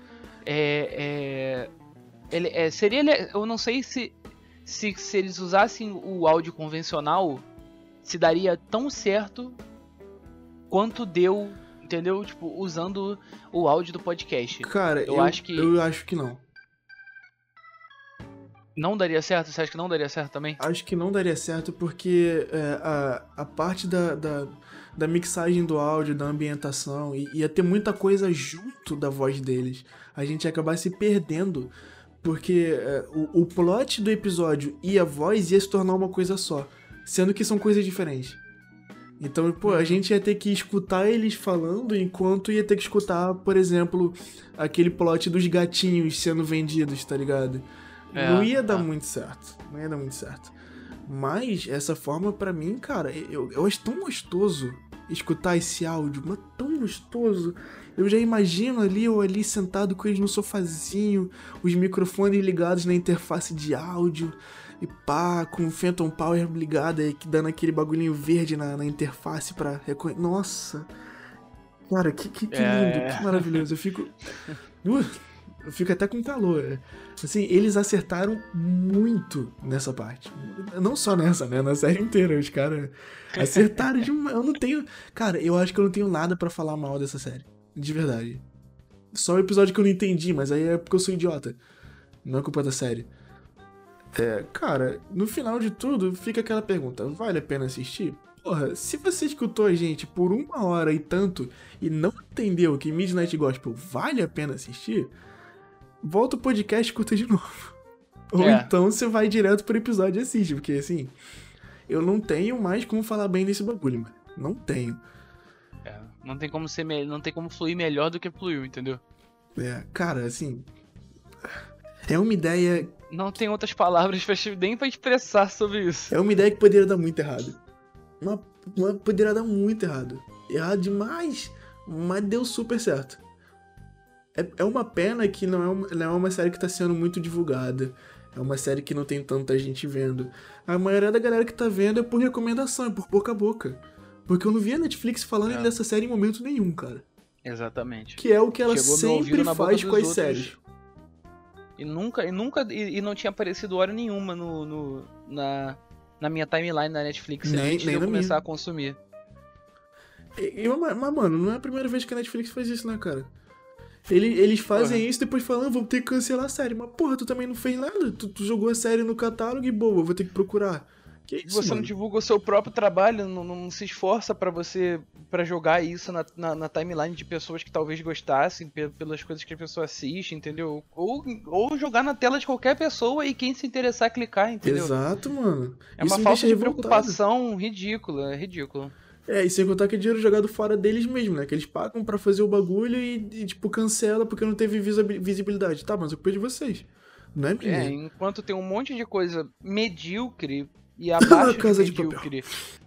Eu não sei se eles usassem o áudio convencional, se daria tão certo quanto deu, entendeu? Tipo, usando o áudio do podcast. Cara, eu acho que não. Não daria certo? Você acha que não daria certo também? Acho que não daria certo porque a parte da mixagem do áudio, da ambientação, ia ter muita coisa junto da voz deles. A gente ia acabar se perdendo. Porque o plot do episódio e a voz ia se tornar uma coisa só, sendo que são coisas diferentes. Então, a gente ia ter que escutar eles falando enquanto ia ter que escutar, por exemplo, aquele plot dos gatinhos sendo vendidos, tá ligado? Não ia dar muito certo. Não ia dar muito certo. Mas, essa forma, pra mim, cara, eu acho tão gostoso escutar esse áudio, mas tão gostoso. Eu já imagino eu ali sentado com eles no sofazinho, os microfones ligados na interface de áudio, e pá, com o Phantom Power ligado aí, dando aquele bagulhinho verde na interface pra reconhecer. Nossa! Cara, que lindo, que maravilhoso. Eu fico até com calor. Assim, eles acertaram muito nessa parte. Não só nessa, né? Na série inteira. Os caras acertaram demais. Eu não tenho... Cara, eu acho que eu não tenho nada pra falar mal dessa série. De verdade. Só o episódio que eu não entendi, mas aí é porque eu sou idiota. Não é culpa da série. Cara, no final de tudo, fica aquela pergunta. Vale a pena assistir? Porra, se você escutou a gente por 1 hora e tanto e não entendeu que Midnight Gospel vale a pena assistir, volta o podcast e escuta de novo. Ou então você vai direto pro episódio e assiste, porque assim, eu não tenho mais como falar bem desse bagulho, mano. Não tenho. Não tem como não tem como fluir melhor do que fluiu, entendeu? Cara, assim, é uma ideia... Não tem outras palavras nem pra expressar sobre isso. É uma ideia que poderia dar muito errado. Poderia dar muito errado. Errado demais, mas deu super certo. É uma pena que não é uma série que tá sendo muito divulgada. É uma série que não tem tanta gente vendo. A maioria da galera que tá vendo é por recomendação, é por boca a boca. Porque eu não vi a Netflix falando dessa série em momento nenhum, cara. Exatamente. Que é o que ela sempre faz com as séries. E não tinha aparecido hora nenhuma na minha timeline da Netflix antes de eu começar a consumir. Mas, mano, não é a primeira vez que a Netflix faz isso, né, cara? Eles fazem isso e depois falam, vou ter que cancelar a série. Mas, porra, tu também não fez nada. Tu jogou a série no catálogo e boa, vou ter que procurar. Que isso, Você não mano? divulga o seu próprio trabalho, não se esforça pra jogar isso na timeline de pessoas que talvez gostassem, pelas coisas que a pessoa assiste, entendeu? Ou jogar na tela de qualquer pessoa e quem se interessar clicar, entendeu? Exato, mano. É Isso uma me falta deixa de revoltado. preocupação ridícula, é ridículo. É, e sem contar que é dinheiro jogado fora deles mesmo, né? Que eles pagam pra fazer o bagulho e tipo, cancela porque não teve visibilidade. Tá, mas eu culpa de vocês. Não é É, minha. enquanto tem um monte de coisa medíocre e Na abaixo de Casa de Papel. medíocre.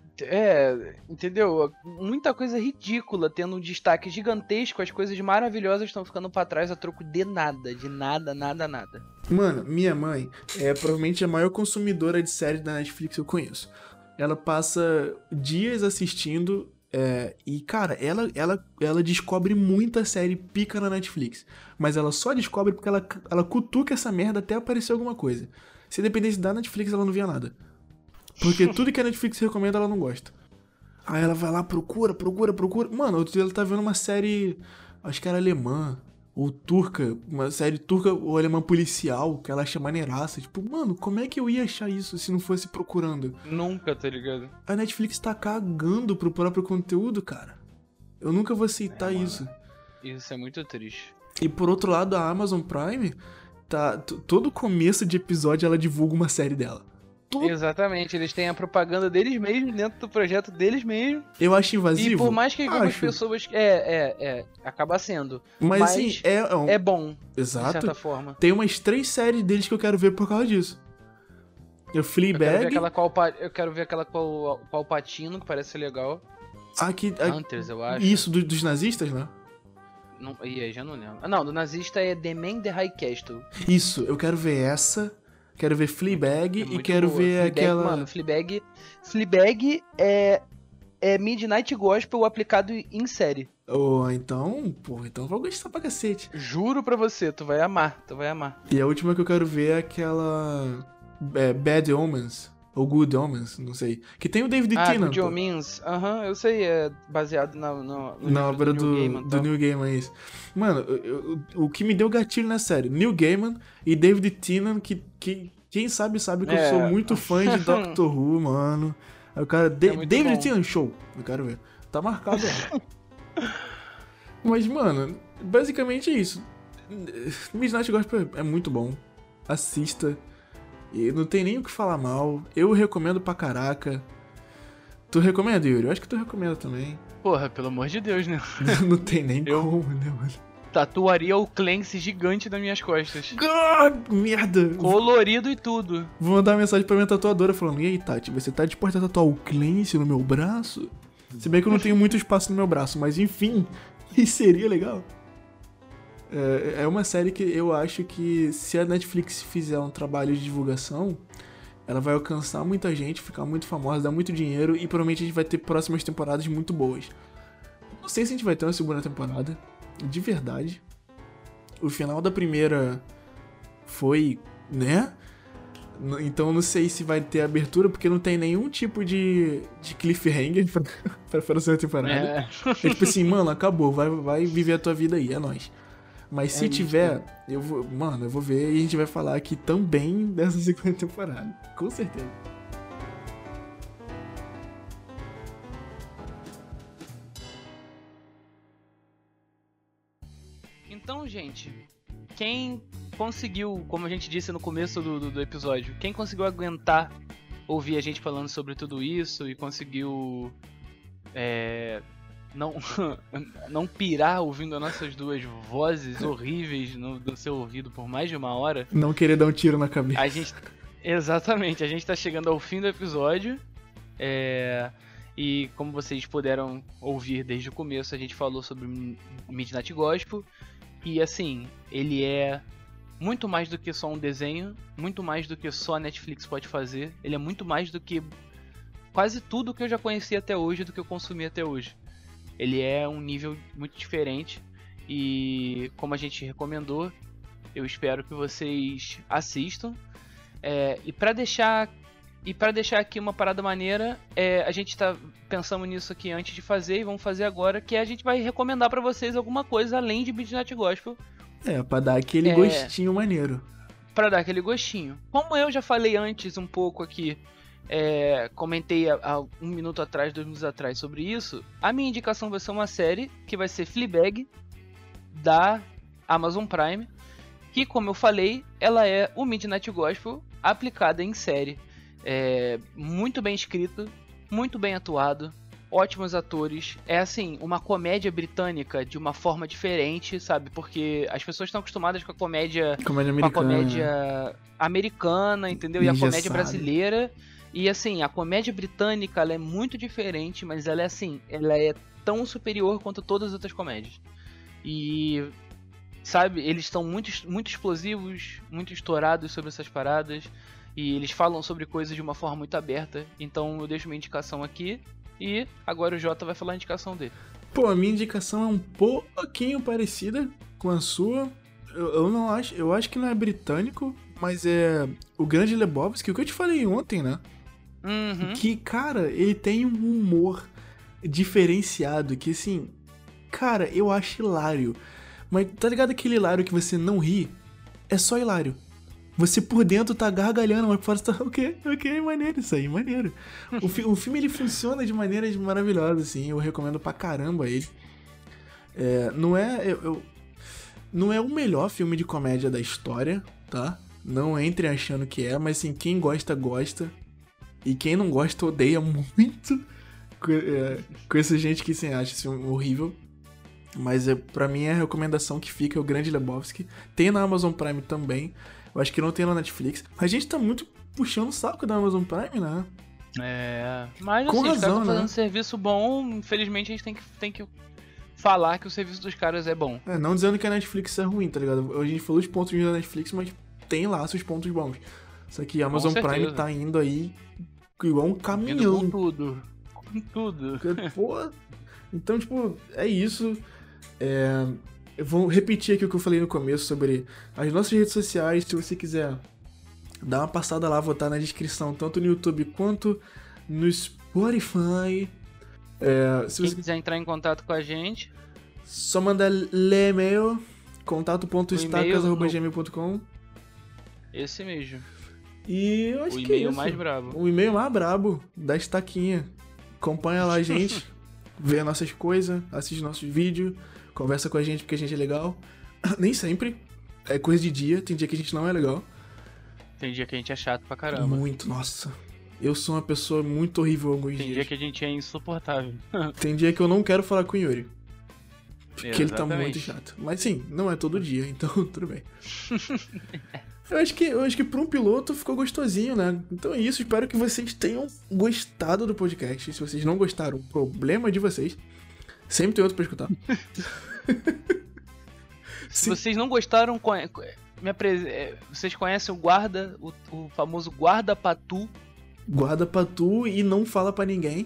É, entendeu? Muita coisa ridícula tendo um destaque gigantesco, as coisas maravilhosas estão ficando pra trás a troco de nada, nada. Mano, minha mãe é provavelmente a maior consumidora de séries da Netflix que eu conheço. Ela passa dias assistindo e, cara, ela descobre muita série pica na Netflix. Mas ela só descobre porque ela cutuca essa merda até aparecer alguma coisa. Se dependesse da Netflix, ela não via nada. Porque tudo que a Netflix recomenda, ela não gosta. Aí ela vai lá, procura. Mano, outro dia ela tá vendo uma série, acho que era alemã, ou turca, uma série turca ou alemã policial, que ela acha maneiraça. Tipo, mano, como é que eu ia achar isso se não fosse procurando? Nunca, tá ligado? A Netflix tá cagando pro próprio conteúdo, cara. Eu nunca vou aceitar isso. Isso é muito triste. E por outro lado, a Amazon Prime, todo começo de episódio ela divulga uma série dela. Exatamente, eles têm a propaganda deles mesmos, dentro do projeto deles mesmos. Eu acho invasivo. E por mais que algumas acho. pessoas. Acaba sendo. Mas assim, é bom, exato. de certa forma. Tem umas 3 séries deles que eu quero ver por causa disso. Fleabag. Eu quero ver aquela com o Palpatino, que parece ser legal. Hunters, eu acho. Isso, dos nazistas, né? Não, e aí, já não lembro. Ah, não, do nazista é The Man the High Castle. Isso, eu quero ver essa. Quero ver Fleabag e quero boa. ver Fleabag, aquela... Mano, Fleabag é Midnight Gospel aplicado em série. Então eu vou gostar pra cacete. Juro pra você, tu vai amar. E a última que eu quero ver é aquela... Bad Omens. Ou Good Omens, não sei. Que tem o David Tennant. Good Omens. Eu sei, é baseado na obra do Neil Gaiman, é isso. Mano, o que me deu gatilho na série, Neil Gaiman e David Tennant, que quem sabe que eu sou muito fã de Doctor Who, mano. Aí o cara, David Tennant, show, eu quero ver. Tá marcado aí. Mas, mano, basicamente é isso. Midnight Gospel é muito bom. Assista. E não tem nem o que falar mal. Eu recomendo pra caraca. Tu recomenda, Yuri? Eu acho que tu recomenda também. Porra, pelo amor de Deus, né? Não tem nem como, né, mano? Tatuaria o Clancy gigante nas minhas costas. Merda! Colorido e tudo. Vou mandar uma mensagem pra minha tatuadora falando: e aí, Tati, você tá disposta a tatuar o Clancy no meu braço? Se bem que eu não tenho muito espaço no meu braço, mas enfim, seria legal. É uma série que eu acho que se a Netflix fizer um trabalho de divulgação, ela vai alcançar muita gente, ficar muito famosa, dar muito dinheiro e provavelmente a gente vai ter próximas temporadas muito boas. Não sei se a gente vai ter uma segunda temporada, de verdade. O final da primeira foi, né? Então não sei se vai ter abertura, porque não tem nenhum tipo de cliffhanger pra próxima temporada. É tipo assim, mano, acabou, vai viver a tua vida aí, é nóis. Mas se tiver, eu vou ver e a gente vai falar aqui também dessa segunda temporada. Com certeza. Então, gente, quem conseguiu, como a gente disse no começo do episódio, quem conseguiu aguentar ouvir a gente falando sobre tudo isso e conseguiu não pirar ouvindo as nossas duas vozes horríveis no seu ouvido por mais de 1 hora. Não querer dar um tiro na cabeça. Exatamente, a gente tá chegando ao fim do episódio. E como vocês puderam ouvir desde o começo, a gente falou sobre Midnight Gospel. E assim, ele é muito mais do que só um desenho, muito mais do que só a Netflix pode fazer. Ele é muito mais do que quase tudo que eu já conheci até hoje, do que eu consumi até hoje. Ele é um nível muito diferente e, como a gente recomendou, eu espero que vocês assistam. E para deixar aqui uma parada maneira, a gente tá pensando nisso aqui antes de fazer e vamos fazer agora, que a gente vai recomendar para vocês alguma coisa além de Midnight Gospel. Pra dar aquele gostinho maneiro. Pra dar aquele gostinho. Como eu já falei antes um pouco aqui, comentei há 1 minuto atrás, 2 minutos atrás sobre isso, a minha indicação vai ser uma série que vai ser Fleabag, da Amazon Prime, que, como eu falei, ela é o Midnight Gospel aplicada em série. Muito bem escrito, muito bem atuado, ótimos atores. É assim, uma comédia britânica de uma forma diferente, sabe? Porque as pessoas estão acostumadas com a comédia americana, entendeu? E a comédia brasileira. E assim, a comédia britânica, ela é muito diferente, mas ela é tão superior quanto todas as outras comédias. E, sabe, eles estão muito, muito explosivos, muito estourados sobre essas paradas. E eles falam sobre coisas de uma forma muito aberta. Então eu deixo minha indicação aqui. E agora o Jota vai falar a indicação dele. Pô, a minha indicação é um pouquinho parecida com a sua. Eu não acho. Eu acho que não é britânico, mas é o Grande Lebowski, o que eu te falei ontem, né? Uhum. Que, cara, ele tem um humor diferenciado que, assim, cara, eu acho hilário. Mas tá ligado aquele hilário que você não ri? É só hilário. Você por dentro tá gargalhando, mas por fora você tá, ok, maneiro isso aí, maneiro. O filme, ele funciona de maneiras maravilhosas, assim, eu recomendo pra caramba ele. Não é o melhor filme de comédia da história, tá? Não entrem achando que é, mas assim, quem gosta, gosta. E quem não gosta, odeia muito. Com essa gente que assim, acha esse filme horrível. Mas pra mim a recomendação que fica é o Grande Lebowski. Tem na Amazon Prime também. Eu acho que não tem na Netflix. A gente tá muito puxando o saco da Amazon Prime, né? Mas com assim, razão, os caras estão fazendo né? serviço bom. Infelizmente a gente tem que falar que o serviço dos caras é bom. Não dizendo que a Netflix é ruim, tá ligado? A gente falou os pontos ruins da Netflix, mas tem lá seus pontos bons. Só que a Amazon Prime tá indo aí igual um caminhão. Com tudo. Com tudo. Pô. Então, tipo, é isso. Eu vou repetir aqui o que eu falei no começo sobre as nossas redes sociais. Se você quiser dar uma passada lá, vou estar na descrição, tanto no YouTube quanto no Spotify. Se você quiser entrar em contato com a gente, só mandar e-mail, contato.estacas@gmail.com. Esse mesmo. E eu acho o que é e-mail isso. mais brabo. O e-mail mais brabo da Estaquinha. Acompanha lá a gente, vê as nossas coisas, assiste nossos vídeos, conversa com a gente porque a gente é legal. Nem sempre. É coisa de dia, tem dia que a gente não é legal. Tem dia que a gente é chato pra caramba. Muito, nossa. Eu sou uma pessoa muito horrível alguns dias. Tem dia que a gente é insuportável. Tem dia que eu não quero falar com o Yuri. Porque Exatamente. ele tá muito chato. Mas sim, não é todo dia, então tudo bem. Eu acho que pra um piloto ficou gostosinho, né? Então é isso, espero que vocês tenham gostado do podcast. Se vocês não gostaram, o problema é de vocês. Sempre tem outro pra escutar. Se vocês não gostaram, vocês conhecem o famoso guarda-patu? Guarda-patu e não fala pra ninguém.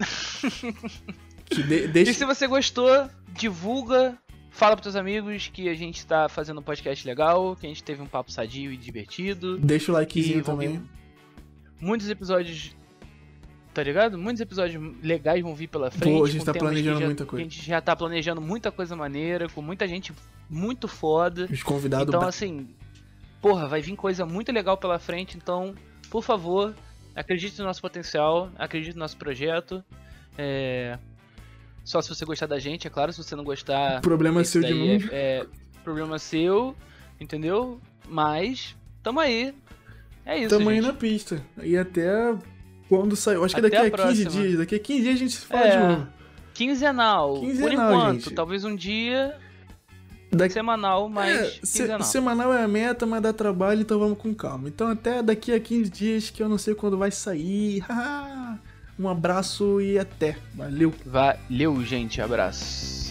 Deixa... E se você gostou, divulga, fala pros teus amigos que a gente tá fazendo um podcast legal, que a gente teve um papo sadio e divertido. Deixa o likezinho também. Muitos episódios, tá ligado? Muitos episódios legais vão vir pela frente. Pô, a gente tá planejando muita coisa. A gente já tá planejando muita coisa maneira, com muita gente muito foda. Os convidados... Então, assim, porra, vai vir coisa muito legal pela frente. Então, por favor, acredite no nosso potencial, acredite no nosso projeto. Só se você gostar da gente, é claro. Se você não gostar... Problema seu de novo. Problema seu, entendeu? Mas, tamo aí. É isso, tamo gente. aí na pista. E até quando sair. Acho que daqui a 15 dias. Daqui a 15 dias a gente se fala de novo. Quinzenal. Por enquanto. Gente. Talvez um dia... Semanal, mas quinzenal. Semanal é a meta, mas dá trabalho, então vamos com calma. Então até daqui a 15 dias, que eu não sei quando vai sair. Um abraço e até. Valeu. Valeu, gente. Abraço.